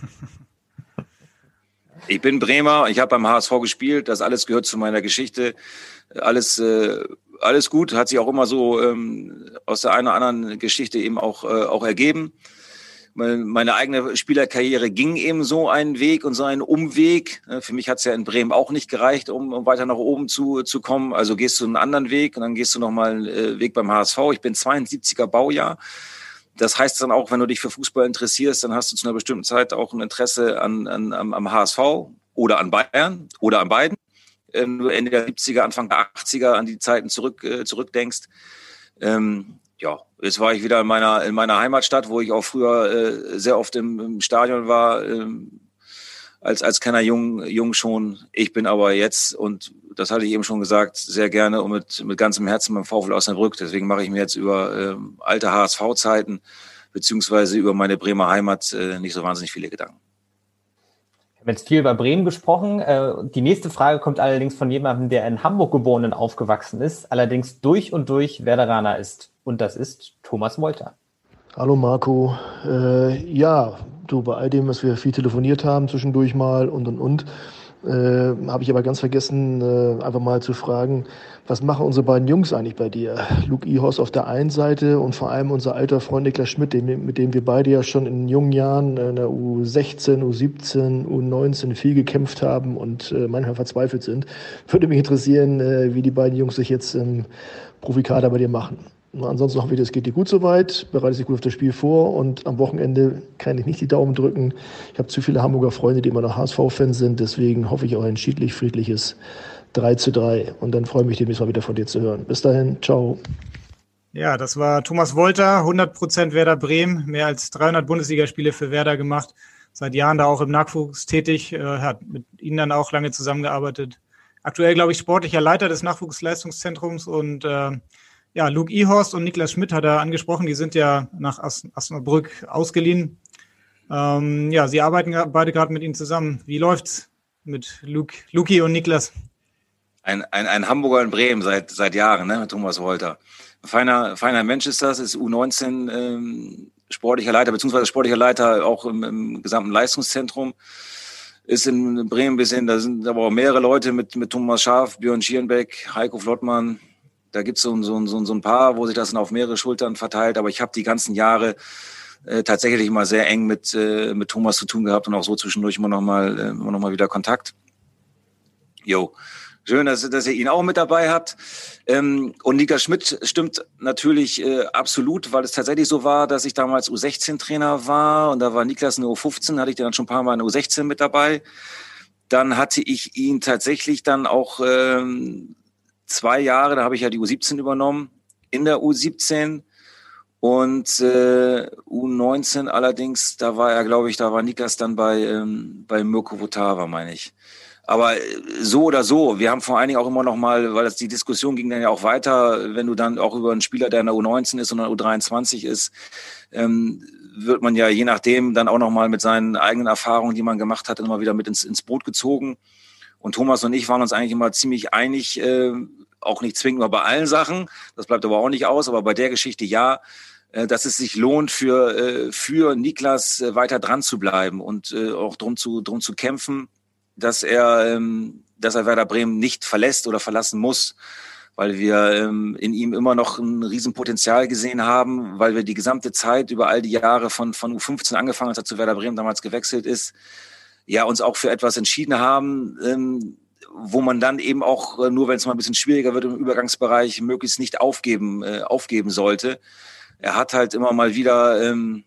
Ich bin Bremer, ich habe beim HSV gespielt, das alles gehört zu meiner Geschichte. Alles gut, hat sich auch immer so aus der einen oder anderen Geschichte eben auch ergeben. Meine eigene Spielerkarriere ging eben so einen Weg und so einen Umweg. Für mich hat es ja in Bremen auch nicht gereicht, um weiter nach oben zu kommen. Also gehst du einen anderen Weg und dann gehst du nochmal einen Weg beim HSV. Ich bin 72er Baujahr. Das heißt dann auch, wenn du dich für Fußball interessierst, dann hast du zu einer bestimmten Zeit auch ein Interesse am HSV oder an Bayern oder an beiden. Wenn du Ende der 70er, Anfang der 80er an die Zeiten zurückdenkst. Jetzt war ich wieder in meiner Heimatstadt, wo ich auch früher sehr oft im Stadion war, als kleiner Jung schon. Ich bin aber jetzt, und das hatte ich eben schon gesagt, sehr gerne und mit ganzem Herzen beim VfL Osnabrück. Deswegen mache ich mir jetzt über alte HSV-Zeiten beziehungsweise über meine Bremer Heimat nicht so wahnsinnig viele Gedanken. Wir haben jetzt viel über Bremen gesprochen. Die nächste Frage kommt allerdings von jemandem, der in Hamburg geboren und aufgewachsen ist, allerdings durch und durch Werderaner ist. Und das ist Thomas Wolter. Hallo Marco. Bei all dem, was wir viel telefoniert haben zwischendurch mal und. Habe ich aber ganz vergessen, einfach mal zu fragen, was machen unsere beiden Jungs eigentlich bei dir? Luke Ihorst auf der einen Seite und vor allem unser alter Freund Niklas Schmidt, mit dem wir beide ja schon in jungen Jahren in der U16, U17, U19 viel gekämpft haben und manchmal verzweifelt sind. Würde mich interessieren, wie die beiden Jungs sich jetzt im Profikader bei dir machen. Ansonsten hoffe ich, es geht dir gut soweit, bereite dich gut auf das Spiel vor und am Wochenende kann ich nicht die Daumen drücken. Ich habe zu viele Hamburger Freunde, die immer noch HSV-Fans sind, deswegen hoffe ich auch ein friedliches 3:3. Und dann freue ich mich demnächst mal wieder von dir zu hören. Bis dahin, ciao. Ja, das war Thomas Wolter, 100% Werder Bremen, mehr als 300 Bundesligaspiele für Werder gemacht, seit Jahren da auch im Nachwuchs tätig, hat mit Ihnen dann auch lange zusammengearbeitet. Aktuell, glaube ich, sportlicher Leiter des Nachwuchsleistungszentrums und Luke Ihorst und Niklas Schmidt hat er angesprochen, die sind ja nach Osnabrück ausgeliehen. Sie arbeiten beide gerade mit Ihnen zusammen. Wie läuft's mit Luki und Niklas? Ein Hamburger in Bremen seit Jahren, ne, mit Thomas Wolter. Feiner Mensch ist das, ist U19 sportlicher Leiter, beziehungsweise sportlicher Leiter auch im gesamten Leistungszentrum. Ist in Bremen ein bisschen, da sind aber auch mehrere Leute mit Thomas Schaaf, Björn Schierenbeck, Heiko Flottmann. Da gibt es so ein paar, wo sich das dann auf mehrere Schultern verteilt. Aber ich habe die ganzen Jahre tatsächlich mal sehr eng mit Thomas zu tun gehabt und auch so zwischendurch immer noch mal wieder Kontakt. Jo. Schön, dass ihr ihn auch mit dabei habt. Und Niklas Schmidt stimmt natürlich absolut, weil es tatsächlich so war, dass ich damals U16-Trainer war und da war Niklas in der U15, hatte ich dann schon ein paar Mal in der U16 mit dabei. Dann hatte ich ihn tatsächlich dann auch 2 Jahre, da habe ich ja die U17 übernommen, in der U17 und U19 allerdings, da war Niklas dann bei Mirko Votava, meine ich. Aber so oder so, wir haben vor allen Dingen auch immer noch mal, weil die Diskussion ging dann ja auch weiter, wenn du dann auch über einen Spieler, der in der U19 ist und in der U23 ist, wird man ja je nachdem dann auch noch mal mit seinen eigenen Erfahrungen, die man gemacht hat, immer wieder mit ins Boot gezogen. Und Thomas und ich waren uns eigentlich immer ziemlich einig, auch nicht zwingend mal bei allen Sachen, das bleibt aber auch nicht aus, aber bei der Geschichte ja, dass es sich lohnt für Niklas weiter dran zu bleiben und auch drum zu kämpfen, dass er Werder Bremen nicht verlässt oder verlassen muss, weil wir in ihm immer noch ein Riesenpotenzial gesehen haben, weil wir die gesamte Zeit über all die Jahre von U15 angefangen, als er zu Werder Bremen damals gewechselt ist, ja, uns auch für etwas entschieden haben, wo man dann eben auch, nur wenn es mal ein bisschen schwieriger wird im Übergangsbereich, möglichst nicht aufgeben sollte. Er hat halt immer mal wieder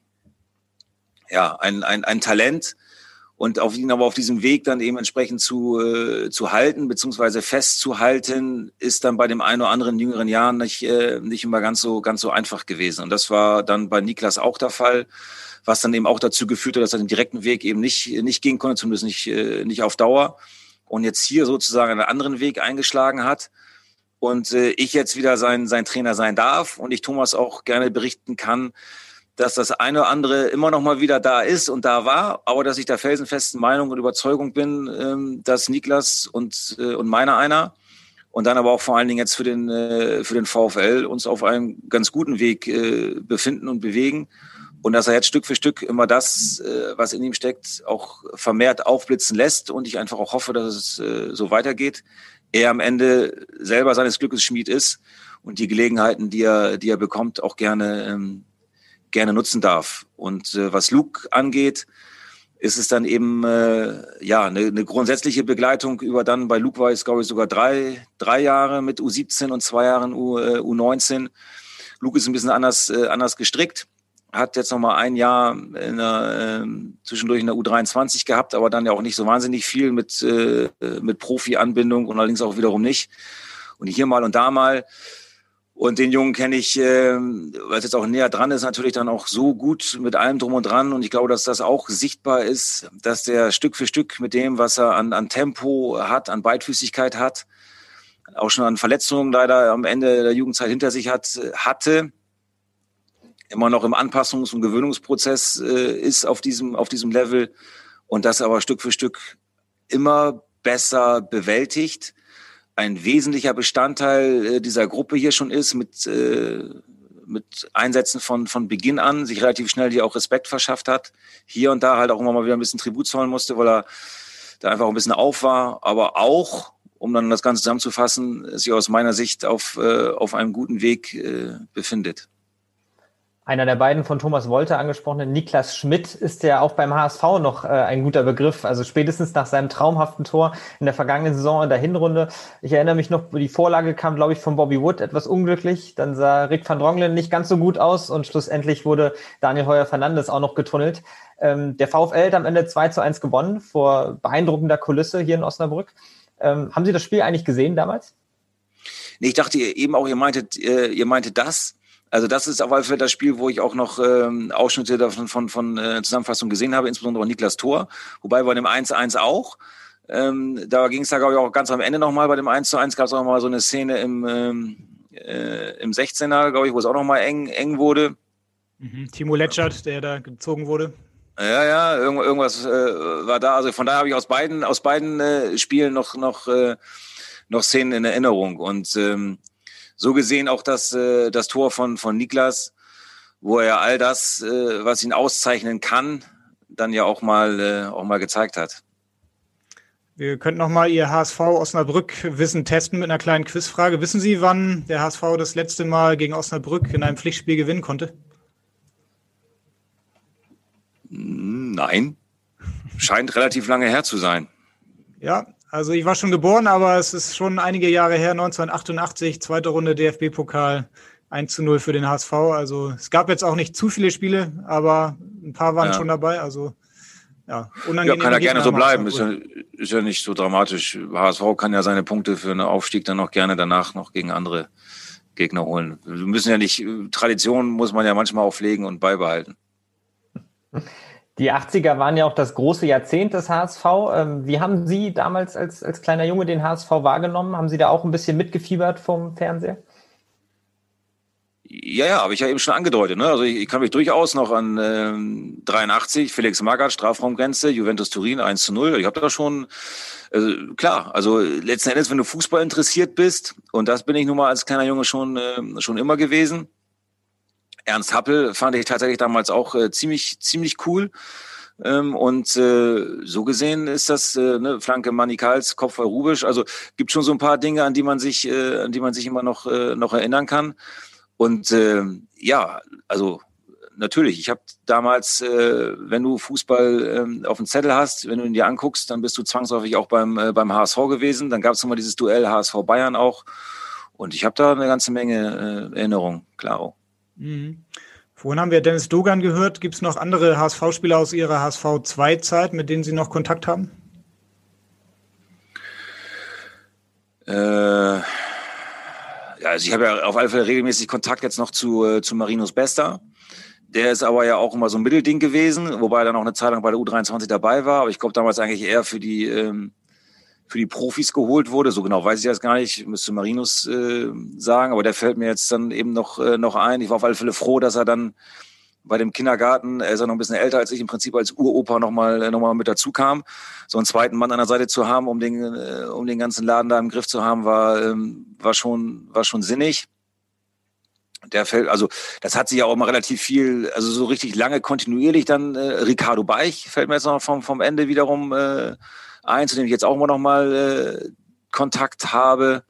ein Talent, und auf ihn aber auf diesem Weg dann eben entsprechend zu halten, beziehungsweise festzuhalten, ist dann bei dem einen oder anderen jüngeren Jahren nicht immer ganz so einfach gewesen. Und das war dann bei Niklas auch der Fall, was dann eben auch dazu geführt hat, dass er den direkten Weg eben nicht gehen konnte, zumindest nicht auf Dauer. Und jetzt hier sozusagen einen anderen Weg eingeschlagen hat. Und ich jetzt wieder sein Trainer sein darf und ich Thomas auch gerne berichten kann, dass das eine oder andere immer noch mal wieder da ist und da war, aber dass ich der felsenfesten Meinung und Überzeugung bin, dass Niklas und meiner einer und dann aber auch vor allen Dingen jetzt für den VfL uns auf einem ganz guten Weg befinden und bewegen und dass er jetzt Stück für Stück immer das, was in ihm steckt, auch vermehrt aufblitzen lässt und ich einfach auch hoffe, dass es so weitergeht. Er am Ende selber seines Glückes Schmied ist und die Gelegenheiten, die er bekommt, auch gerne nutzen darf. Und was Luke angeht, ist es dann eben eine grundsätzliche Begleitung über dann, bei Luke war es, glaube ich, sogar drei Jahre mit U17 und 2 Jahren U19. Luke ist ein bisschen anders gestrickt, hat jetzt noch mal ein Jahr zwischendurch in der U23 gehabt, aber dann ja auch nicht so wahnsinnig viel mit Profi-Anbindung und allerdings auch wiederum nicht. Und hier mal und da mal. Und den Jungen kenne ich, weil es jetzt auch näher dran ist, natürlich dann auch so gut mit allem drum und dran. Und ich glaube, dass das auch sichtbar ist, dass der Stück für Stück mit dem, was er an Tempo hat, an Beidfüßigkeit hat, auch schon an Verletzungen leider am Ende der Jugendzeit hinter sich hatte, immer noch im Anpassungs- und Gewöhnungsprozess ist auf diesem Level und das aber Stück für Stück immer besser bewältigt. Ein wesentlicher Bestandteil dieser Gruppe hier schon ist, mit Einsätzen von Beginn an, sich relativ schnell hier auch Respekt verschafft hat, hier und da halt auch immer mal wieder ein bisschen Tribut zollen musste, weil er da einfach ein bisschen auf war, aber auch, um dann das Ganze zusammenzufassen, sich aus meiner Sicht auf einem guten Weg befindet. Einer der beiden von Thomas Wolter angesprochenen, Niklas Schmidt, ist ja auch beim HSV noch ein guter Begriff. Also spätestens nach seinem traumhaften Tor in der vergangenen Saison in der Hinrunde. Ich erinnere mich noch, die Vorlage kam, glaube ich, von Bobby Wood etwas unglücklich. Dann sah Rick van Drongelen nicht ganz so gut aus und schlussendlich wurde Daniel Heuer-Fernandes auch noch getunnelt. Der VfL hat am Ende 2:1 gewonnen vor beeindruckender Kulisse hier in Osnabrück. Haben Sie das Spiel eigentlich gesehen damals? Nee, ich dachte eben auch, ihr meintet das. Also das ist auf jeden Fall das Spiel, wo ich auch noch Ausschnitte davon von Zusammenfassung gesehen habe, insbesondere auch Niklas Tor. Wobei bei dem 1-1 auch. Da ging es da, glaube ich, auch ganz am Ende nochmal. Bei dem 1-1 gab es auch mal so eine Szene im 16er, glaube ich, wo es auch nochmal eng wurde. Timo Letschert, der da gezogen wurde. Ja, irgendwas war da. Also von daher habe ich aus beiden Spielen noch Szenen in Erinnerung. Und so gesehen auch das Tor von Niklas, wo er all das, was ihn auszeichnen kann, dann ja auch mal gezeigt hat. Wir könnten noch mal Ihr HSV Osnabrück-Wissen testen mit einer kleinen Quizfrage. Wissen Sie, wann der HSV das letzte Mal gegen Osnabrück in einem Pflichtspiel gewinnen konnte? Nein. Scheint relativ lange her zu sein. Ja, also ich war schon geboren, aber es ist schon einige Jahre her, 1988, zweite Runde DFB-Pokal, 1-0 für den HSV. Also es gab jetzt auch nicht zu viele Spiele, aber ein paar waren schon dabei. Also ja, unangenehm. Ja, kann ja gerne so bleiben. Ist ja nicht so dramatisch. HSV kann ja seine Punkte für einen Aufstieg dann auch gerne danach noch gegen andere Gegner holen. Wir müssen ja nicht, Tradition muss man ja manchmal auch pflegen und beibehalten. Die 80er waren ja auch das große Jahrzehnt des HSV. Wie haben Sie damals als kleiner Junge den HSV wahrgenommen? Haben Sie da auch ein bisschen mitgefiebert vom Fernseher? Ja, habe ich ja eben schon angedeutet. Ne? Also ich kann mich durchaus noch an 83, Felix Magath, Strafraumgrenze, Juventus Turin 1-0. Ich habe da schon, klar, also letzten Endes, wenn du Fußball interessiert bist, und das bin ich nun mal als kleiner Junge schon immer gewesen. Ernst Happel fand ich tatsächlich damals auch ziemlich cool. Und so gesehen ist das Flanke Manikals, Kopfball Rubisch. Also gibt schon so ein paar Dinge, an die man sich immer noch erinnern kann. Und also natürlich, ich habe damals, wenn du Fußball auf dem Zettel hast, wenn du ihn dir anguckst, dann bist du zwangsläufig auch beim HSV gewesen. Dann gab es immer dieses Duell HSV Bayern auch. Und ich habe da eine ganze Menge Erinnerungen, klar. Mhm. Vorhin haben wir Dennis Dogan gehört. Gibt es noch andere HSV-Spieler aus Ihrer HSV-2-Zeit, mit denen Sie noch Kontakt haben? Also ich habe ja auf alle Fälle regelmäßig Kontakt jetzt noch zu Marinus Bester. Der ist aber ja auch immer so ein Mittelding gewesen, wobei er dann auch eine Zeit lang bei der U23 dabei war. Aber ich glaube damals eigentlich eher für die Profis geholt wurde. So genau weiß ich das gar nicht, müsste Marinus sagen. Aber der fällt mir jetzt dann eben noch ein. Ich war auf alle Fälle froh, dass er dann bei dem Kindergarten, er ist ja noch ein bisschen älter als ich, im Prinzip als Uropa noch mal mit dazu kam. So einen zweiten Mann an der Seite zu haben, um den ganzen Laden da im Griff zu haben, war schon sinnig. Der fällt, also das hat sich ja auch immer relativ viel, also so richtig lange kontinuierlich dann Ricardo Beich fällt mir jetzt noch vom Ende wiederum ein, zu dem ich jetzt auch immer noch mal Kontakt habe.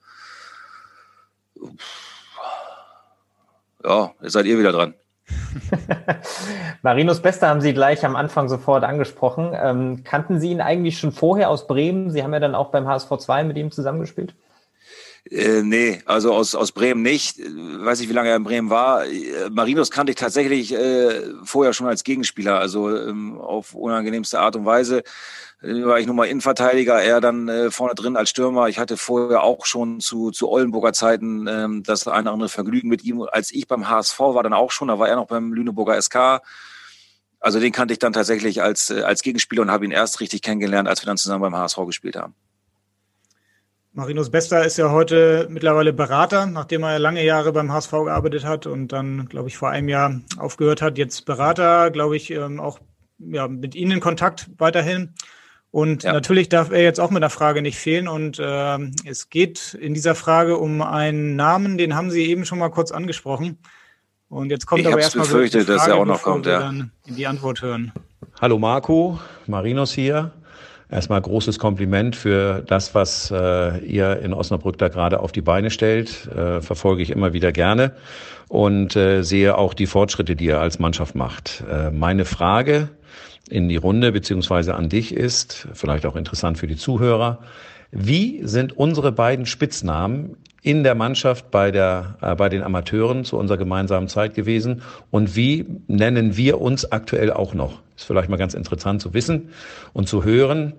Ja, jetzt seid ihr wieder dran. Marinus Bester haben Sie gleich am Anfang sofort angesprochen. Kannten Sie ihn eigentlich schon vorher aus Bremen? Sie haben ja dann auch beim HSV 2 mit ihm zusammengespielt. Nee, also aus Bremen nicht. Weiß nicht, wie lange er in Bremen war. Marinus kannte ich tatsächlich vorher schon als Gegenspieler, also auf unangenehmste Art und Weise. War ich nun mal Innenverteidiger, er dann vorne drin als Stürmer. Ich hatte vorher auch schon zu Oldenburger Zeiten das eine oder andere Vergnügen mit ihm. Als ich beim HSV war, dann auch schon, da war er noch beim Lüneburger SK. Also den kannte ich dann tatsächlich als Gegenspieler und habe ihn erst richtig kennengelernt, als wir dann zusammen beim HSV gespielt haben. Marinus Bester ist ja heute mittlerweile Berater, nachdem er lange Jahre beim HSV gearbeitet hat und dann, glaube ich, vor einem Jahr aufgehört hat. Jetzt Berater, glaube ich, auch mit Ihnen in Kontakt weiterhin. Und natürlich darf er jetzt auch mit der Frage nicht fehlen. Und es geht in dieser Frage um einen Namen, den haben Sie eben schon mal kurz angesprochen. Und jetzt kommt aber erstmal so die Frage, dass er auch noch kommt, wir dann die Antwort hören. Hallo Marco, Marinus hier. Erstmal großes Kompliment für das, was ihr in Osnabrück da gerade auf die Beine stellt. Verfolge ich immer wieder gerne und sehe auch die Fortschritte, die ihr als Mannschaft macht. Meine Frage in die Runde beziehungsweise an dich ist, vielleicht auch interessant für die Zuhörer, wie sind unsere beiden Spitznamen in der Mannschaft bei den Amateuren zu unserer gemeinsamen Zeit gewesen und wie nennen wir uns aktuell auch noch? Ist vielleicht mal ganz interessant zu wissen und zu hören.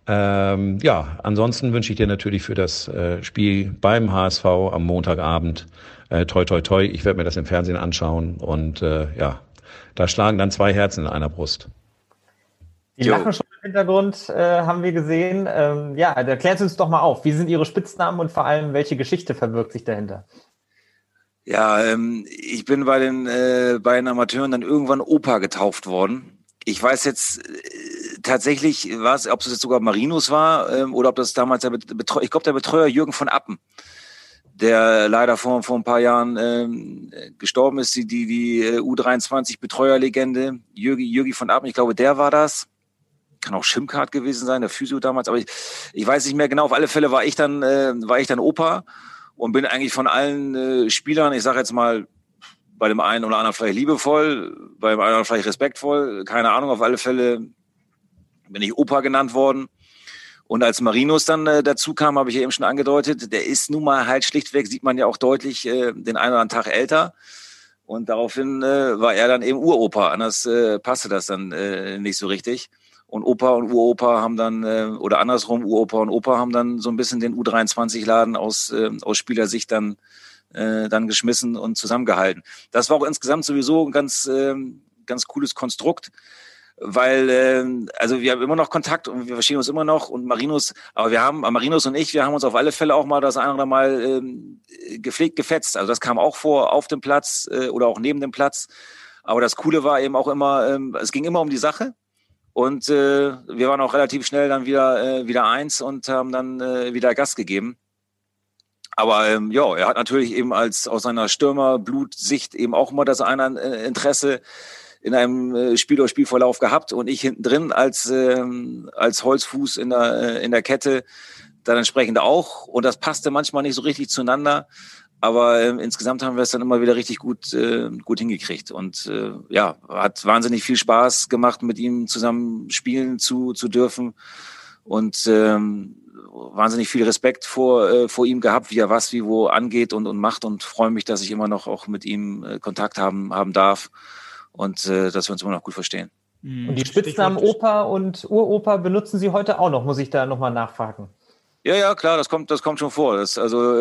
Ansonsten wünsche ich dir natürlich für das Spiel beim HSV am Montagabend toi toi toi. Ich werde mir das im Fernsehen anschauen und da schlagen dann 2 Herzen in einer Brust. Die lachen schon im Hintergrund, haben wir gesehen. Erklären Sie uns doch mal auf. Wie sind Ihre Spitznamen und vor allem, welche Geschichte verbirgt sich dahinter? Ja, ich bin bei den Amateuren dann irgendwann Opa getauft worden. Ich weiß jetzt tatsächlich, ob es jetzt sogar Marinus war oder ob das damals der Betreuer Jürgen von Appen, der leider vor ein paar Jahren gestorben ist, die U23-Betreuerlegende, Jürgi von Appen, ich glaube, der war das. Kann auch Schimkart gewesen sein, der Physio damals, aber ich weiß nicht mehr genau. Auf alle Fälle war ich dann Opa und bin eigentlich von allen Spielern, ich sage jetzt mal, bei dem einen oder anderen vielleicht liebevoll, bei dem anderen vielleicht respektvoll, keine Ahnung, auf alle Fälle bin ich Opa genannt worden. Und als Marinus dann dazu kam, habe ich ja eben schon angedeutet, der ist nun mal halt schlichtweg, sieht man ja auch deutlich, den einen oder anderen Tag älter. Und daraufhin war er dann eben Uropa, anders passte das dann nicht so richtig. Und Opa und Uropa haben dann, oder andersrum, Uropa und Opa haben dann so ein bisschen den U23-Laden aus Spielersicht dann geschmissen und zusammengehalten. Das war auch insgesamt sowieso ein ganz cooles Konstrukt, weil wir haben immer noch Kontakt und wir verstehen uns immer noch und Marinus und ich, wir haben uns auf alle Fälle auch mal das ein oder mal gepflegt gefetzt. Also das kam auch vor auf dem Platz oder auch neben dem Platz. Aber das Coole war eben auch immer, es ging immer um die Sache. Und wir waren auch relativ schnell dann wieder eins und haben dann wieder Gas gegeben. Aber er hat natürlich eben aus seiner Stürmerblutsicht eben auch immer das eine Interesse in einem Spiel oder Spielverlauf gehabt und ich hinten drin als Holzfuß in der Kette dann entsprechend auch. Und das passte manchmal nicht so richtig zueinander. Aber insgesamt haben wir es dann immer wieder richtig gut hingekriegt. Und hat wahnsinnig viel Spaß gemacht, mit ihm zusammen spielen zu dürfen. Und wahnsinnig viel Respekt vor ihm gehabt, wie er was, wie wo angeht und macht. Und freue mich, dass ich immer noch auch mit ihm Kontakt haben darf. Und dass wir uns immer noch gut verstehen. Und die Spitznamen Opa und Uropa benutzen Sie heute auch noch, muss ich da nochmal nachfragen. Ja, klar, das kommt schon vor. Das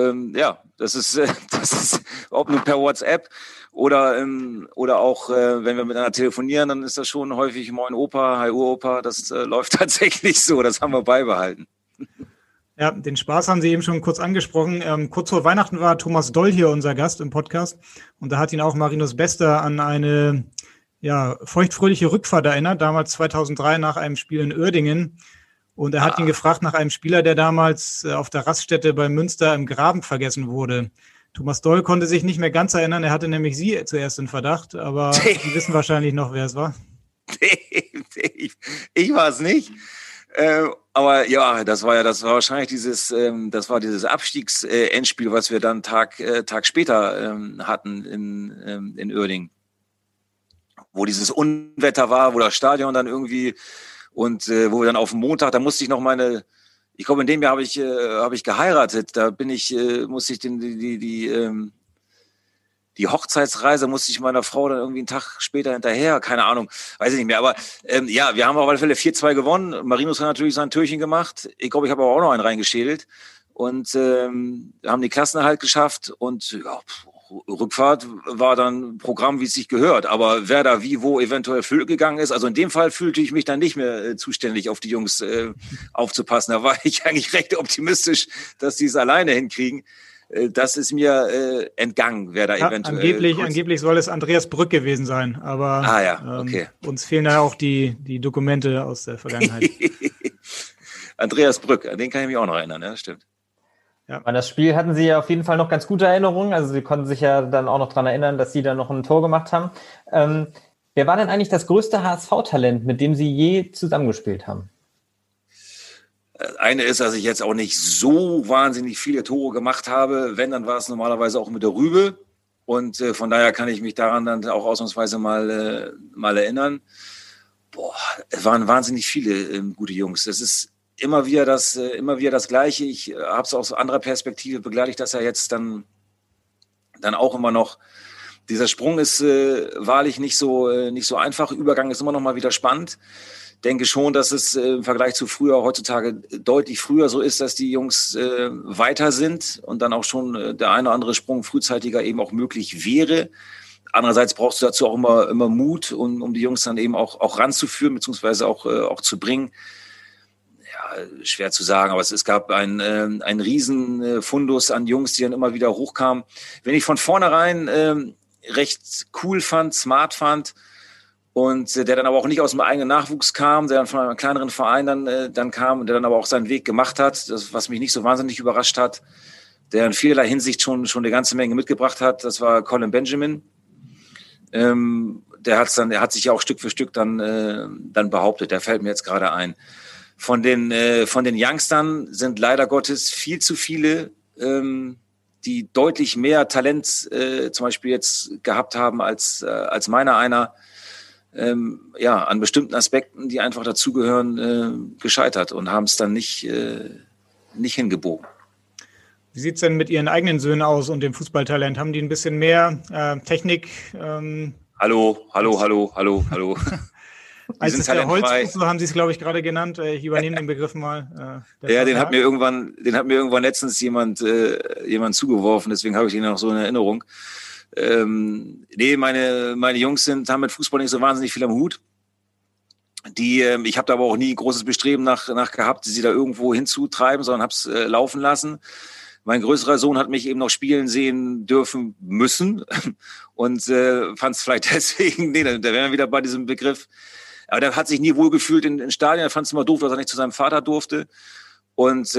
ist ob nur per WhatsApp oder auch, wenn wir miteinander telefonieren, dann ist das schon häufig Moin Opa, Hi Uropa. Das läuft tatsächlich so. Das haben wir beibehalten. Ja, den Spaß haben Sie eben schon kurz angesprochen. Kurz vor Weihnachten war Thomas Doll hier unser Gast im Podcast und da hat ihn auch Marinus Bester an eine feuchtfröhliche Rückfahrt erinnert, damals 2003 nach einem Spiel in Uerdingen. Und er hat ihn gefragt nach einem Spieler, der damals auf der Raststätte bei Münster im Graben vergessen wurde. Thomas Doll konnte sich nicht mehr ganz erinnern, er hatte nämlich Sie zuerst in Verdacht, aber Sie wissen wahrscheinlich noch, wer es war. Ich war es nicht. Aber ja, das war wahrscheinlich dieses Abstiegsendspiel, was wir dann Tag später hatten in Uerdingen. Wo dieses Unwetter war, wo das Stadion dann irgendwie und wo wir dann auf dem Montag, da musste ich noch ich glaube in dem Jahr habe ich geheiratet, da musste ich die Hochzeitsreise musste ich meiner Frau dann irgendwie einen Tag später hinterher, keine Ahnung, weiß ich nicht mehr, aber wir haben auf alle Fälle 4-2 gewonnen, Marinus hat natürlich sein Türchen gemacht, ich glaube, ich habe aber auch noch einen reingeschädelt und haben die Klassenerhalt geschafft und Rückfahrt war dann Programm, wie es sich gehört. Aber wer da wie, wo eventuell flöten gegangen ist, also in dem Fall fühlte ich mich dann nicht mehr zuständig, auf die Jungs aufzupassen. Da war ich eigentlich recht optimistisch, dass die es alleine hinkriegen. Das ist mir entgangen, wer da eventuell... Angeblich soll es Andreas Brück gewesen sein, aber okay. Uns fehlen da auch die Dokumente aus der Vergangenheit. Andreas Brück, an den kann ich mich auch noch erinnern, ja, stimmt. Ja. An das Spiel hatten Sie ja auf jeden Fall noch ganz gute Erinnerungen. Also Sie konnten sich ja dann auch noch daran erinnern, dass Sie da noch ein Tor gemacht haben. Wer war denn eigentlich das größte HSV-Talent, mit dem Sie je zusammengespielt haben? Eine ist, dass ich jetzt auch nicht so wahnsinnig viele Tore gemacht habe. Wenn, dann war es normalerweise auch mit der Rübe. Und von daher kann ich mich daran dann auch ausnahmsweise mal erinnern. Es waren wahnsinnig viele gute Jungs. Das ist immer wieder das Gleiche. Ich habe es aus anderer Perspektive, begleite ich das ja jetzt dann auch immer noch. Dieser Sprung ist wahrlich nicht so einfach. Übergang ist immer noch mal wieder spannend. Denke schon, dass es im Vergleich zu früher heutzutage deutlich früher so ist, dass die Jungs weiter sind und dann auch schon der eine oder andere Sprung frühzeitiger eben auch möglich wäre. Andererseits brauchst du dazu auch immer Mut, um die Jungs dann eben auch ranzuführen, beziehungsweise auch zu bringen. Ja, schwer zu sagen, aber es gab einen riesen Fundus an Jungs, die dann immer wieder hochkamen. Wenn ich von vornherein recht cool fand, smart fand, und der dann aber auch nicht aus dem eigenen Nachwuchs kam, der dann von einem kleineren Verein dann kam und der dann aber auch seinen Weg gemacht hat, das, was mich nicht so wahnsinnig überrascht hat, der in vielerlei Hinsicht schon eine ganze Menge mitgebracht hat, das war Colin Benjamin. Der hat sich ja auch Stück für Stück dann behauptet, der fällt mir jetzt gerade ein. Von den Youngstern sind leider Gottes viel zu viele, die deutlich mehr Talent zum Beispiel jetzt gehabt haben als meiner einer, an bestimmten Aspekten, die einfach dazugehören, gescheitert und haben es dann nicht hingebogen. Wie sieht es denn mit Ihren eigenen Söhnen aus und dem Fußballtalent? Haben die ein bisschen mehr Technik? Hallo. Als ist der Holzfuß, so haben Sie es, glaube ich, gerade genannt. Ich übernehme den Begriff mal. Den hat mir irgendwann letztens jemand zugeworfen, deswegen habe ich ihn noch so in Erinnerung. Meine Jungs haben mit Fußball nicht so wahnsinnig viel am Hut. Ich habe da aber auch nie großes Bestreben nach gehabt, sie da irgendwo hinzutreiben, sondern habe es laufen lassen. Mein größerer Sohn hat mich eben noch spielen sehen dürfen müssen und fand es vielleicht deswegen, da wären wir wieder bei diesem Begriff. Aber der hat sich nie wohlgefühlt in Stadien, er fand es immer doof, dass er nicht zu seinem Vater durfte. Und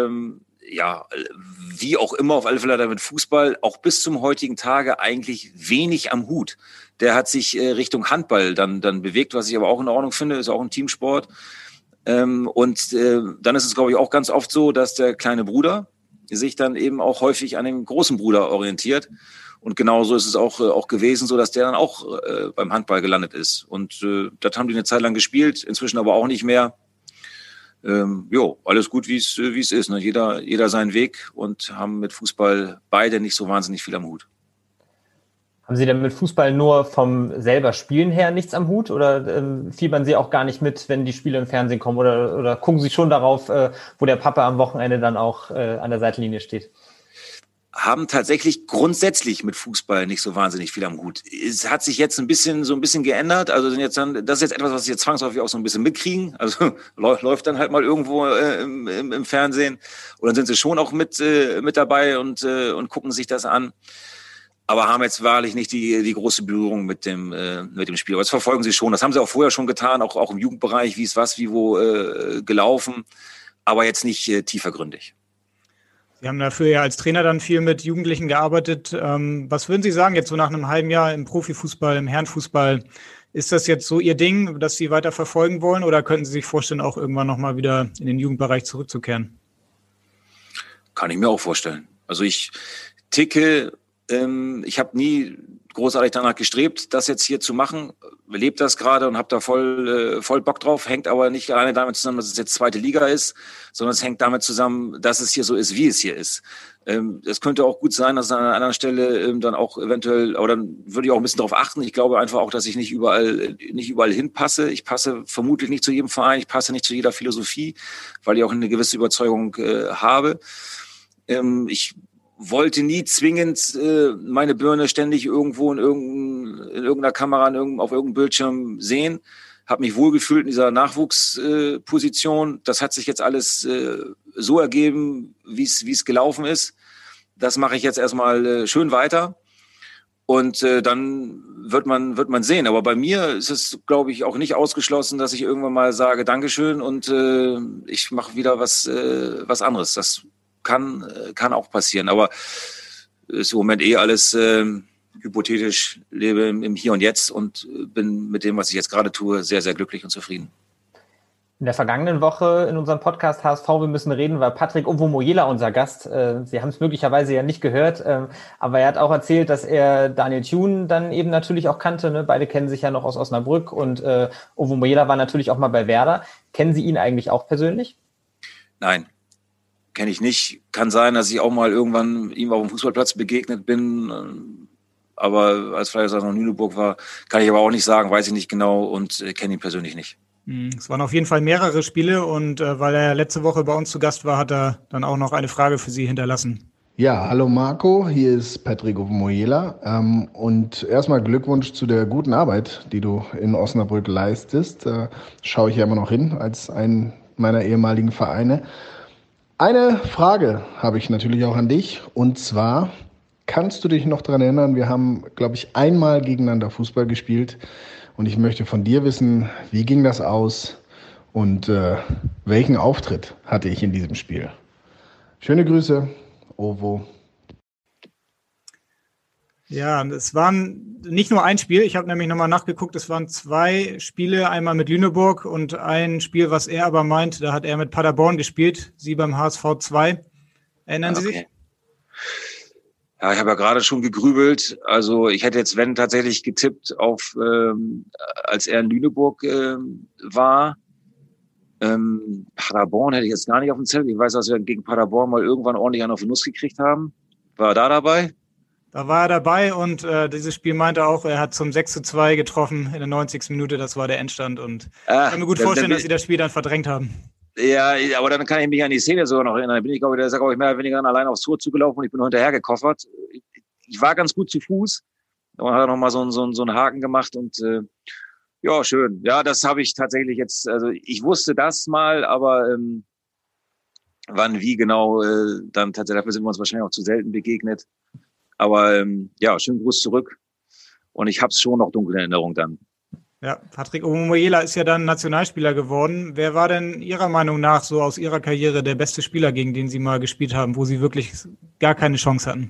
wie auch immer, auf alle Fälle hat er mit Fußball auch bis zum heutigen Tage eigentlich wenig am Hut. Der hat sich Richtung Handball dann bewegt, was ich aber auch in Ordnung finde, ist auch ein Teamsport. Dann ist es, glaube ich, auch ganz oft so, dass der kleine Bruder sich dann eben auch häufig an dem großen Bruder orientiert. Und genauso ist es auch gewesen, so dass der dann auch beim Handball gelandet ist. Und das haben die eine Zeit lang gespielt, inzwischen aber auch nicht mehr. Alles gut, wie es ist. Ne? Jeder seinen Weg und haben mit Fußball beide nicht so wahnsinnig viel am Hut. Haben Sie denn mit Fußball nur vom selber Spielen her nichts am Hut oder fiebern Sie auch gar nicht mit, wenn die Spiele im Fernsehen kommen oder gucken Sie schon darauf, wo der Papa am Wochenende dann auch an der Seitenlinie steht? Haben tatsächlich grundsätzlich mit Fußball nicht so wahnsinnig viel am Hut. Es hat sich jetzt so ein bisschen geändert. Also das ist jetzt etwas, was Sie jetzt zwangsläufig auch so ein bisschen mitkriegen. Also läuft dann halt mal irgendwo im Fernsehen. Und dann sind sie schon auch mit dabei und gucken sich das an. Aber haben jetzt wahrlich nicht die große Berührung mit dem Spiel. Aber das verfolgen sie schon. Das haben sie auch vorher schon getan, auch im Jugendbereich, wie es was, wie wo gelaufen. Aber jetzt nicht tiefergründig. Sie haben dafür ja als Trainer dann viel mit Jugendlichen gearbeitet. Was würden Sie sagen jetzt so nach einem halben Jahr im Profifußball, im Herrenfußball? Ist das jetzt so Ihr Ding, das Sie weiter verfolgen wollen? Oder könnten Sie sich vorstellen, auch irgendwann nochmal wieder in den Jugendbereich zurückzukehren? Kann ich mir auch vorstellen. Also ich habe nie großartig danach gestrebt, das jetzt hier zu machen. Lebe das gerade und habe da voll Bock drauf. Hängt aber nicht alleine damit zusammen, dass es jetzt zweite Liga ist, sondern es hängt damit zusammen, dass es hier so ist, wie es hier ist. Es könnte auch gut sein, dass es an einer anderen Stelle dann auch eventuell, aber dann würde ich auch ein bisschen darauf achten. Ich glaube einfach auch, dass ich nicht überall hinpasse. Ich passe vermutlich nicht zu jedem Verein, ich passe nicht zu jeder Philosophie, weil ich auch eine gewisse Überzeugung habe. Ich wollte nie zwingend meine Birne ständig irgendwo in irgendeiner Kamera, auf irgendeinem Bildschirm sehen. Habe mich wohlgefühlt in dieser Nachwuchsposition. Das hat sich jetzt alles so ergeben, wie es gelaufen ist. Das mache ich jetzt erstmal schön weiter. Und dann wird man sehen. Aber bei mir ist es, glaube ich, auch nicht ausgeschlossen, dass ich irgendwann mal sage Dankeschön und ich mache wieder was anderes. Das kann auch passieren, aber ist im Moment alles hypothetisch, lebe im Hier und Jetzt und bin mit dem, was ich jetzt gerade tue, sehr, sehr glücklich und zufrieden. In der vergangenen Woche in unserem Podcast HSV, wir müssen reden, war Patrick Ovomoyela unser Gast. Sie haben es möglicherweise ja nicht gehört, aber er hat auch erzählt, dass er Daniel Thune dann eben natürlich auch kannte. Ne? Beide kennen sich ja noch aus Osnabrück und Ovomoyela war natürlich auch mal bei Werder. Kennen Sie ihn eigentlich auch persönlich? Nein. Kenne ich nicht. Kann sein, dass ich auch mal irgendwann ihm auf dem Fußballplatz begegnet bin. aber als Freiburg noch in Lüneburg war, kann ich aber auch nicht sagen, weiß ich nicht genau und kenne ihn persönlich nicht. Es waren auf jeden Fall mehrere Spiele und weil er letzte Woche bei uns zu Gast war, hat er dann auch noch eine Frage für Sie hinterlassen. Ja, hallo Marco, hier ist Patrick Omoyela und erstmal Glückwunsch zu der guten Arbeit, die du in Osnabrück leistest. Schaue ich ja immer noch hin als einen meiner ehemaligen Vereine. Eine Frage habe ich natürlich auch an dich und zwar, kannst du dich noch daran erinnern, wir haben, glaube ich, einmal gegeneinander Fußball gespielt und ich möchte von dir wissen, wie ging das aus und welchen Auftritt hatte ich in diesem Spiel? Schöne Grüße. Ovo. Ja, es waren nicht nur ein Spiel, ich habe nämlich nochmal nachgeguckt, es waren 2 Spiele, einmal mit Lüneburg und ein Spiel, was er aber meint, da hat er mit Paderborn gespielt, Sie beim HSV 2. Erinnern Sie sich? Ja, ich habe ja gerade schon gegrübelt, also ich hätte jetzt, wenn, tatsächlich getippt auf, als er in Lüneburg war, Paderborn hätte ich jetzt gar nicht auf dem Zettel. Ich weiß, dass wir gegen Paderborn mal irgendwann ordentlich einen auf den Nuss gekriegt haben. War er da dabei? Da war er dabei und dieses Spiel meinte auch, er hat zum 6:2 getroffen in der 90. Minute. Das war der Endstand und ich kann mir gut vorstellen, dass Sie das Spiel dann verdrängt haben. Ja, aber dann kann ich mich an die Szene sogar noch erinnern. Da bin ich, glaube ich, mehr oder weniger allein aufs Tor zugelaufen und ich bin hinterher gekoffert. Ich war ganz gut zu Fuß. Und hat noch mal so einen Haken gemacht und ja, schön. Ja, das habe ich tatsächlich jetzt, also ich wusste das mal, aber wann, wie genau, dann tatsächlich, dafür sind wir uns wahrscheinlich auch zu selten begegnet. Aber ja, schönen Gruß zurück. Und ich habe es schon noch dunkel in Erinnerung dann. Ja, Patrick Omoyela ist ja dann Nationalspieler geworden. Wer war denn Ihrer Meinung nach so aus Ihrer Karriere der beste Spieler, gegen den Sie mal gespielt haben, wo Sie wirklich gar keine Chance hatten?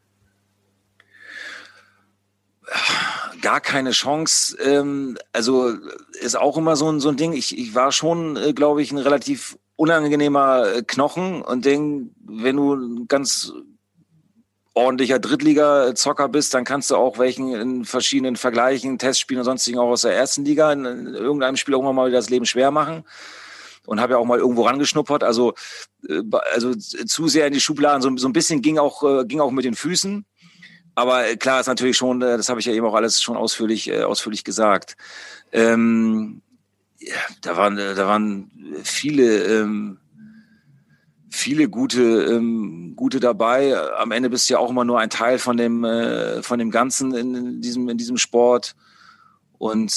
Gar keine Chance. Also ist auch immer so ein Ding. Ich war schon, glaube ich, ein relativ unangenehmer Knochen und denk, wenn du ein ganz ordentlicher Drittliga-Zocker bist, dann kannst du auch welchen in verschiedenen Vergleichen, Testspielen und sonstigen auch aus der ersten Liga in irgendeinem Spiel auch immer mal wieder das Leben schwer machen. Und habe ja auch mal irgendwo rangeschnuppert. Also zu sehr in die Schubladen. So ein bisschen ging auch mit den Füßen. Aber klar ist natürlich schon, das habe ich ja eben auch alles schon ausführlich gesagt. Da waren viele gute dabei. Am Ende bist du ja auch immer nur ein Teil von dem Ganzen in diesem Sport. Und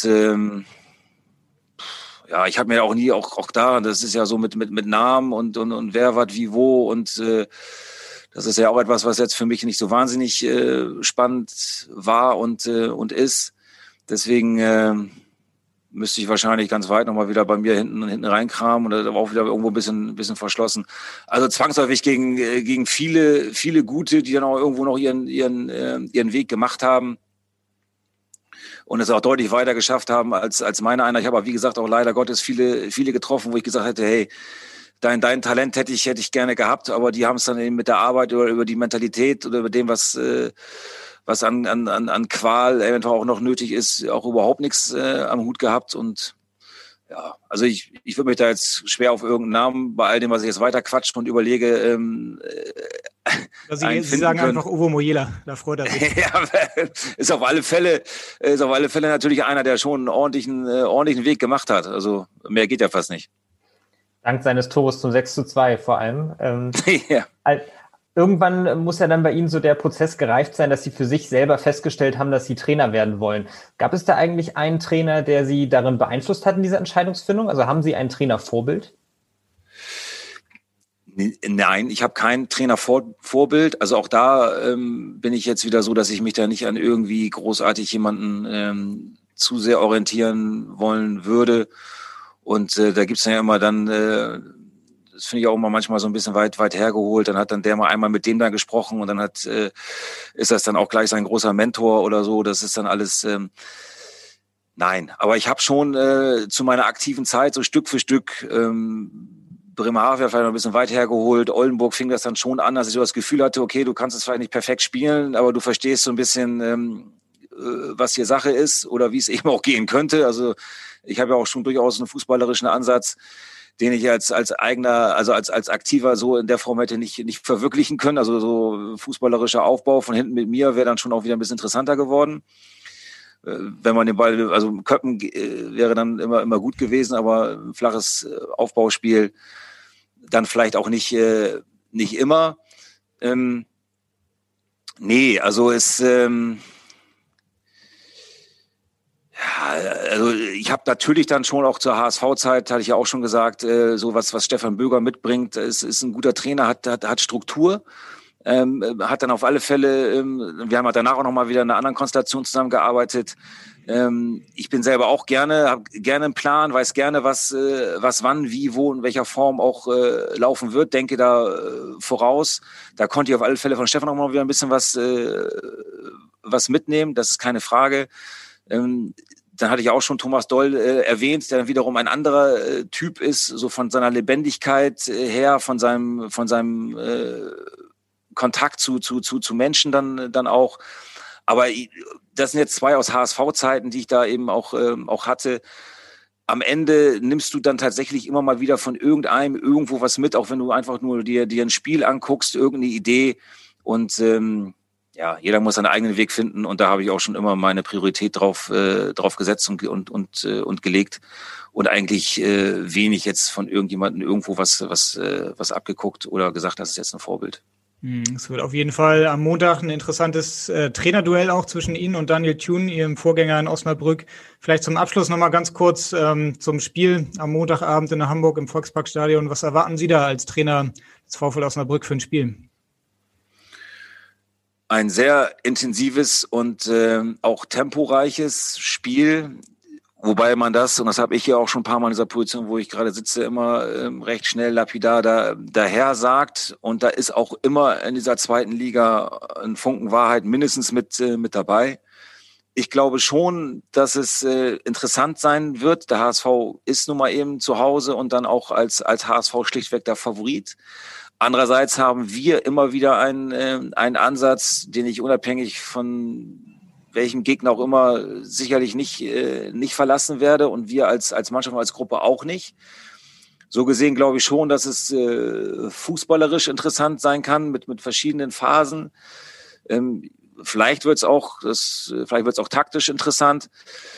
ja, ich habe mir auch nie auch da, das ist ja so mit Namen und wer was wie wo und das ist ja auch etwas, was jetzt für mich nicht so wahnsinnig spannend war und ist. Deswegen müsste ich wahrscheinlich ganz weit nochmal wieder bei mir hinten reinkramen oder auch wieder irgendwo ein bisschen verschlossen. Also zwangsläufig gegen viele Gute, die dann auch irgendwo noch ihren Weg gemacht haben und es auch deutlich weiter geschafft haben als meine einer. Ich habe aber, wie gesagt, auch leider Gottes viele getroffen, wo ich gesagt hätte, hey, dein Talent hätte ich gerne gehabt, aber die haben es dann eben mit der Arbeit oder über die Mentalität oder über dem, was an Qual eventuell auch noch nötig ist, auch überhaupt nichts am Hut gehabt. Und ja, also ich würde mich da jetzt schwer auf irgendeinen Namen bei all dem, was ich jetzt weiter quatsche und überlege, Sie sagen können. Einfach Ovo Moyela, da freut er sich. Ja, ist auf alle Fälle natürlich einer, der schon einen ordentlichen Weg gemacht hat. Also mehr geht ja fast nicht. Dank seines Tores zum 6:2 vor allem. Ja. Irgendwann muss ja dann bei Ihnen so der Prozess gereift sein, dass Sie für sich selber festgestellt haben, dass Sie Trainer werden wollen. Gab es da eigentlich einen Trainer, der Sie darin beeinflusst hat in dieser Entscheidungsfindung? Also haben Sie ein Trainervorbild? Nein, ich habe kein Trainervorbild. Also auch da bin ich jetzt wieder so, dass ich mich da nicht an irgendwie großartig jemanden zu sehr orientieren wollen würde. Und da gibt's ja immer dann, das finde ich auch immer manchmal so ein bisschen weit hergeholt. Dann hat dann der mal einmal mit dem da gesprochen und dann ist das dann auch gleich sein großer Mentor oder so. Das ist dann alles, nein. Aber ich habe schon zu meiner aktiven Zeit so Stück für Stück, Bremerhaven vielleicht noch ein bisschen weit hergeholt. Oldenburg fing das dann schon an, dass ich so das Gefühl hatte, okay, du kannst es vielleicht nicht perfekt spielen, aber du verstehst so ein bisschen, was hier Sache ist oder wie es eben auch gehen könnte. Also ich habe ja auch schon durchaus einen fußballerischen Ansatz. den ich als eigener, also als Aktiver so in der Form hätte nicht verwirklichen können. Also so fußballerischer Aufbau von hinten mit mir wäre dann schon auch wieder ein bisschen interessanter geworden. Wenn man den Ball, also Köppen wäre dann immer gut gewesen, aber ein flaches Aufbauspiel dann vielleicht auch nicht immer. Nee, also also ich habe natürlich dann schon auch zur HSV-Zeit, hatte ich ja auch schon gesagt, so was Stefan Böger mitbringt, ist ein guter Trainer, hat Struktur, hat dann auf alle Fälle, wir haben danach auch nochmal wieder in einer anderen Konstellation zusammengearbeitet. Ich bin selber auch habe gerne einen Plan, weiß gerne, was wann, wie, wo, in welcher Form auch laufen wird, denke da voraus. Da konnte ich auf alle Fälle von Stefan auch mal wieder ein bisschen was mitnehmen, das ist keine Frage. Dann hatte ich auch schon Thomas Doll erwähnt, der dann wiederum ein anderer Typ ist, so von seiner Lebendigkeit her, von seinem Kontakt zu Menschen dann auch. Aber das sind jetzt 2 aus HSV-Zeiten, die ich da eben auch hatte. Am Ende nimmst du dann tatsächlich immer mal wieder von irgendeinem irgendwo was mit, auch wenn du einfach nur dir ein Spiel anguckst, irgendeine Idee. Und jeder muss seinen eigenen Weg finden. Und da habe ich auch schon immer meine Priorität drauf gesetzt und gelegt. Und eigentlich wenig jetzt von irgendjemandem irgendwo was abgeguckt oder gesagt, das ist jetzt ein Vorbild. Es wird auf jeden Fall am Montag ein interessantes Trainerduell auch zwischen Ihnen und Daniel Thune, Ihrem Vorgänger in Osnabrück. Vielleicht zum Abschluss nochmal ganz kurz zum Spiel am Montagabend in Hamburg im Volksparkstadion. Was erwarten Sie da als Trainer des VfL Osnabrück für ein Spiel? Ein sehr intensives und auch temporeiches Spiel. Wobei man das, und das habe ich ja auch schon ein paar Mal in dieser Position, wo ich gerade sitze, immer recht schnell lapidar daher sagt. Und da ist auch immer in dieser zweiten Liga ein Funken Wahrheit mindestens mit dabei. Ich glaube schon, dass es interessant sein wird. Der HSV ist nun mal eben zu Hause und dann auch als HSV schlichtweg der Favorit. Andererseits haben wir immer wieder einen Ansatz, den ich unabhängig von welchem Gegner auch immer sicherlich nicht verlassen werde und wir als Mannschaft und als Gruppe auch nicht. So gesehen glaube ich schon, dass es fußballerisch interessant sein kann mit verschiedenen Phasen. Vielleicht wird's auch taktisch interessant.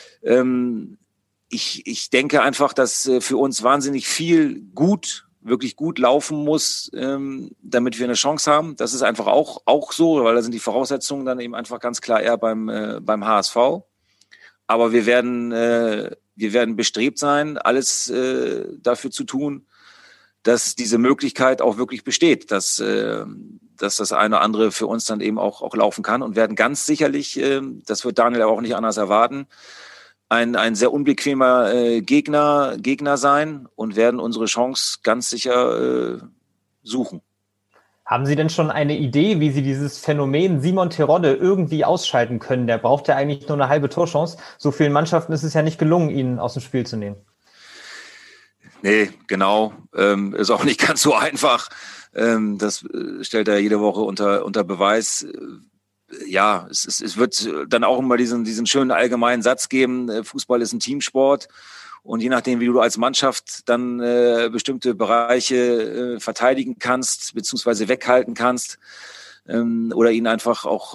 Ich denke einfach, dass für uns wahnsinnig viel wirklich gut laufen muss, damit wir eine Chance haben. Das ist einfach auch so, weil da sind die Voraussetzungen dann eben einfach ganz klar eher beim HSV. Aber wir werden bestrebt sein, alles dafür zu tun, dass diese Möglichkeit auch wirklich besteht, dass das eine oder andere für uns dann eben auch laufen kann und werden ganz sicherlich, das wird Daniel auch nicht anders erwarten, ein sehr unbequemer Gegner sein und werden unsere Chance ganz sicher suchen. Haben Sie denn schon eine Idee, wie Sie dieses Phänomen Simon Terodde irgendwie ausschalten können? Der braucht ja eigentlich nur eine halbe Torchance. So vielen Mannschaften ist es ja nicht gelungen, ihn aus dem Spiel zu nehmen. Nee, genau. Ist auch nicht ganz so einfach. Das stellt er jede Woche unter Beweis. Ja, es wird dann auch immer diesen schönen allgemeinen Satz geben, Fußball ist ein Teamsport und je nachdem, wie du als Mannschaft dann bestimmte Bereiche verteidigen kannst, beziehungsweise weghalten kannst oder ihn einfach auch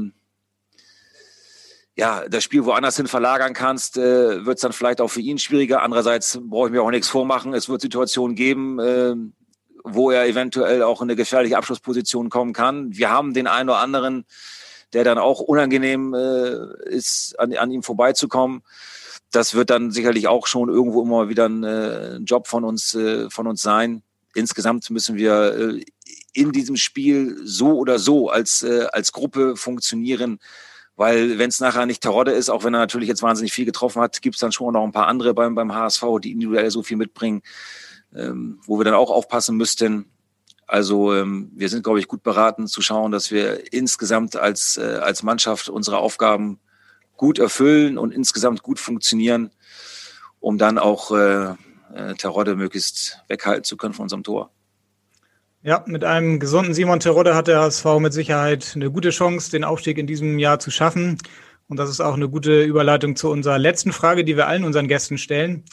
das Spiel woanders hin verlagern kannst, wird es dann vielleicht auch für ihn schwieriger. Andererseits brauche ich mir auch nichts vormachen, es wird Situationen geben, wo er eventuell auch in eine gefährliche Abschlussposition kommen kann. Wir haben den einen oder anderen, der dann auch unangenehm ist, an ihm vorbeizukommen. Das wird dann sicherlich auch schon irgendwo immer wieder ein Job von uns sein. Insgesamt müssen wir in diesem Spiel so oder so als Gruppe funktionieren, weil wenn es nachher nicht Terodde ist, auch wenn er natürlich jetzt wahnsinnig viel getroffen hat, gibt es dann schon noch ein paar andere beim HSV, die individuell so viel mitbringen, wo wir dann auch aufpassen müssten. Also wir sind, glaube ich, gut beraten zu schauen, dass wir insgesamt als Mannschaft unsere Aufgaben gut erfüllen und insgesamt gut funktionieren, um dann auch Terodde möglichst weghalten zu können von unserem Tor. Ja, mit einem gesunden Simon Terodde hat der HSV mit Sicherheit eine gute Chance, den Aufstieg in diesem Jahr zu schaffen. Und das ist auch eine gute Überleitung zu unserer letzten Frage, die wir allen unseren Gästen stellen.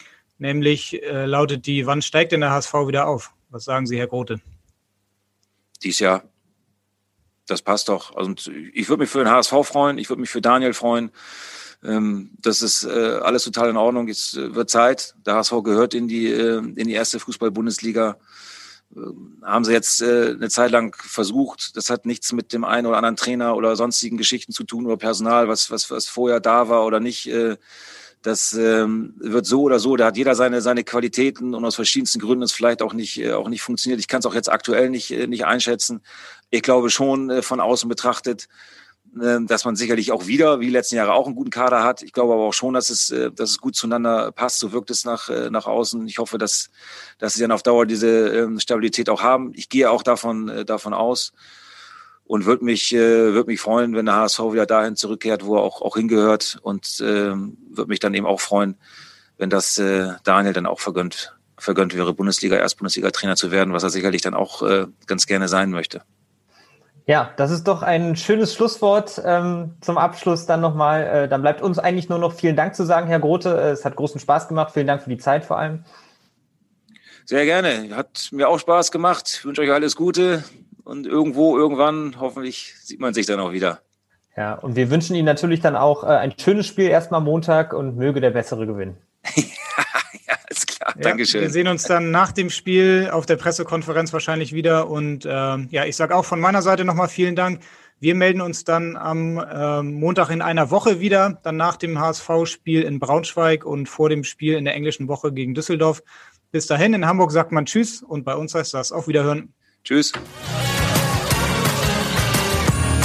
Nämlich lautet die, wann steigt denn der HSV wieder auf? Was sagen Sie, Herr Grote? Dies Jahr. Das passt doch. Also, ich würde mich für den HSV freuen, ich würde mich für Daniel freuen. Das ist alles total in Ordnung. Jetzt wird Zeit. Der HSV gehört in die erste Fußball-Bundesliga. Haben sie jetzt eine Zeit lang versucht. Das hat nichts mit dem einen oder anderen Trainer oder sonstigen Geschichten zu tun oder Personal, was vorher da war oder nicht. Das wird so oder so. Da hat jeder seine Qualitäten und aus verschiedensten Gründen es vielleicht auch nicht funktioniert. Ich kann es auch jetzt aktuell nicht einschätzen. Ich glaube schon von außen betrachtet, dass man sicherlich auch wieder, wie die letzten Jahre, auch einen guten Kader hat. Ich glaube aber auch schon, dass es gut zueinander passt. So wirkt es nach außen. Ich hoffe, dass sie dann auf Dauer diese Stabilität auch haben. Ich gehe auch davon aus und würde mich freuen, wenn der HSV wieder dahin zurückkehrt, wo er auch hingehört, und würde mich dann eben auch freuen, wenn das Daniel dann auch vergönnt wäre, Erstbundesliga-Trainer zu werden, was er sicherlich dann auch ganz gerne sein möchte. Ja, das ist doch ein schönes Schlusswort zum Abschluss dann nochmal. Dann bleibt uns eigentlich nur noch vielen Dank zu sagen, Herr Grote. Es hat großen Spaß gemacht. Vielen Dank für die Zeit vor allem. Sehr gerne. Hat mir auch Spaß gemacht. Ich wünsche euch alles Gute und irgendwann, hoffentlich, sieht man sich dann auch wieder. Ja, und wir wünschen Ihnen natürlich dann auch ein schönes Spiel erstmal Montag und möge der Bessere gewinnen. Ja, ist klar. Ja, Dankeschön. Wir sehen uns dann nach dem Spiel auf der Pressekonferenz wahrscheinlich wieder. Und ich sage auch von meiner Seite nochmal vielen Dank. Wir melden uns dann am Montag in einer Woche wieder, dann nach dem HSV-Spiel in Braunschweig und vor dem Spiel in der englischen Woche gegen Düsseldorf. Bis dahin, in Hamburg sagt man Tschüss und bei uns heißt das auf Wiederhören. Tschüss.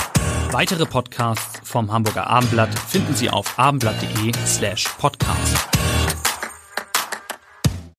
Weitere Podcasts vom Hamburger Abendblatt finden Sie auf abendblatt.de/podcast.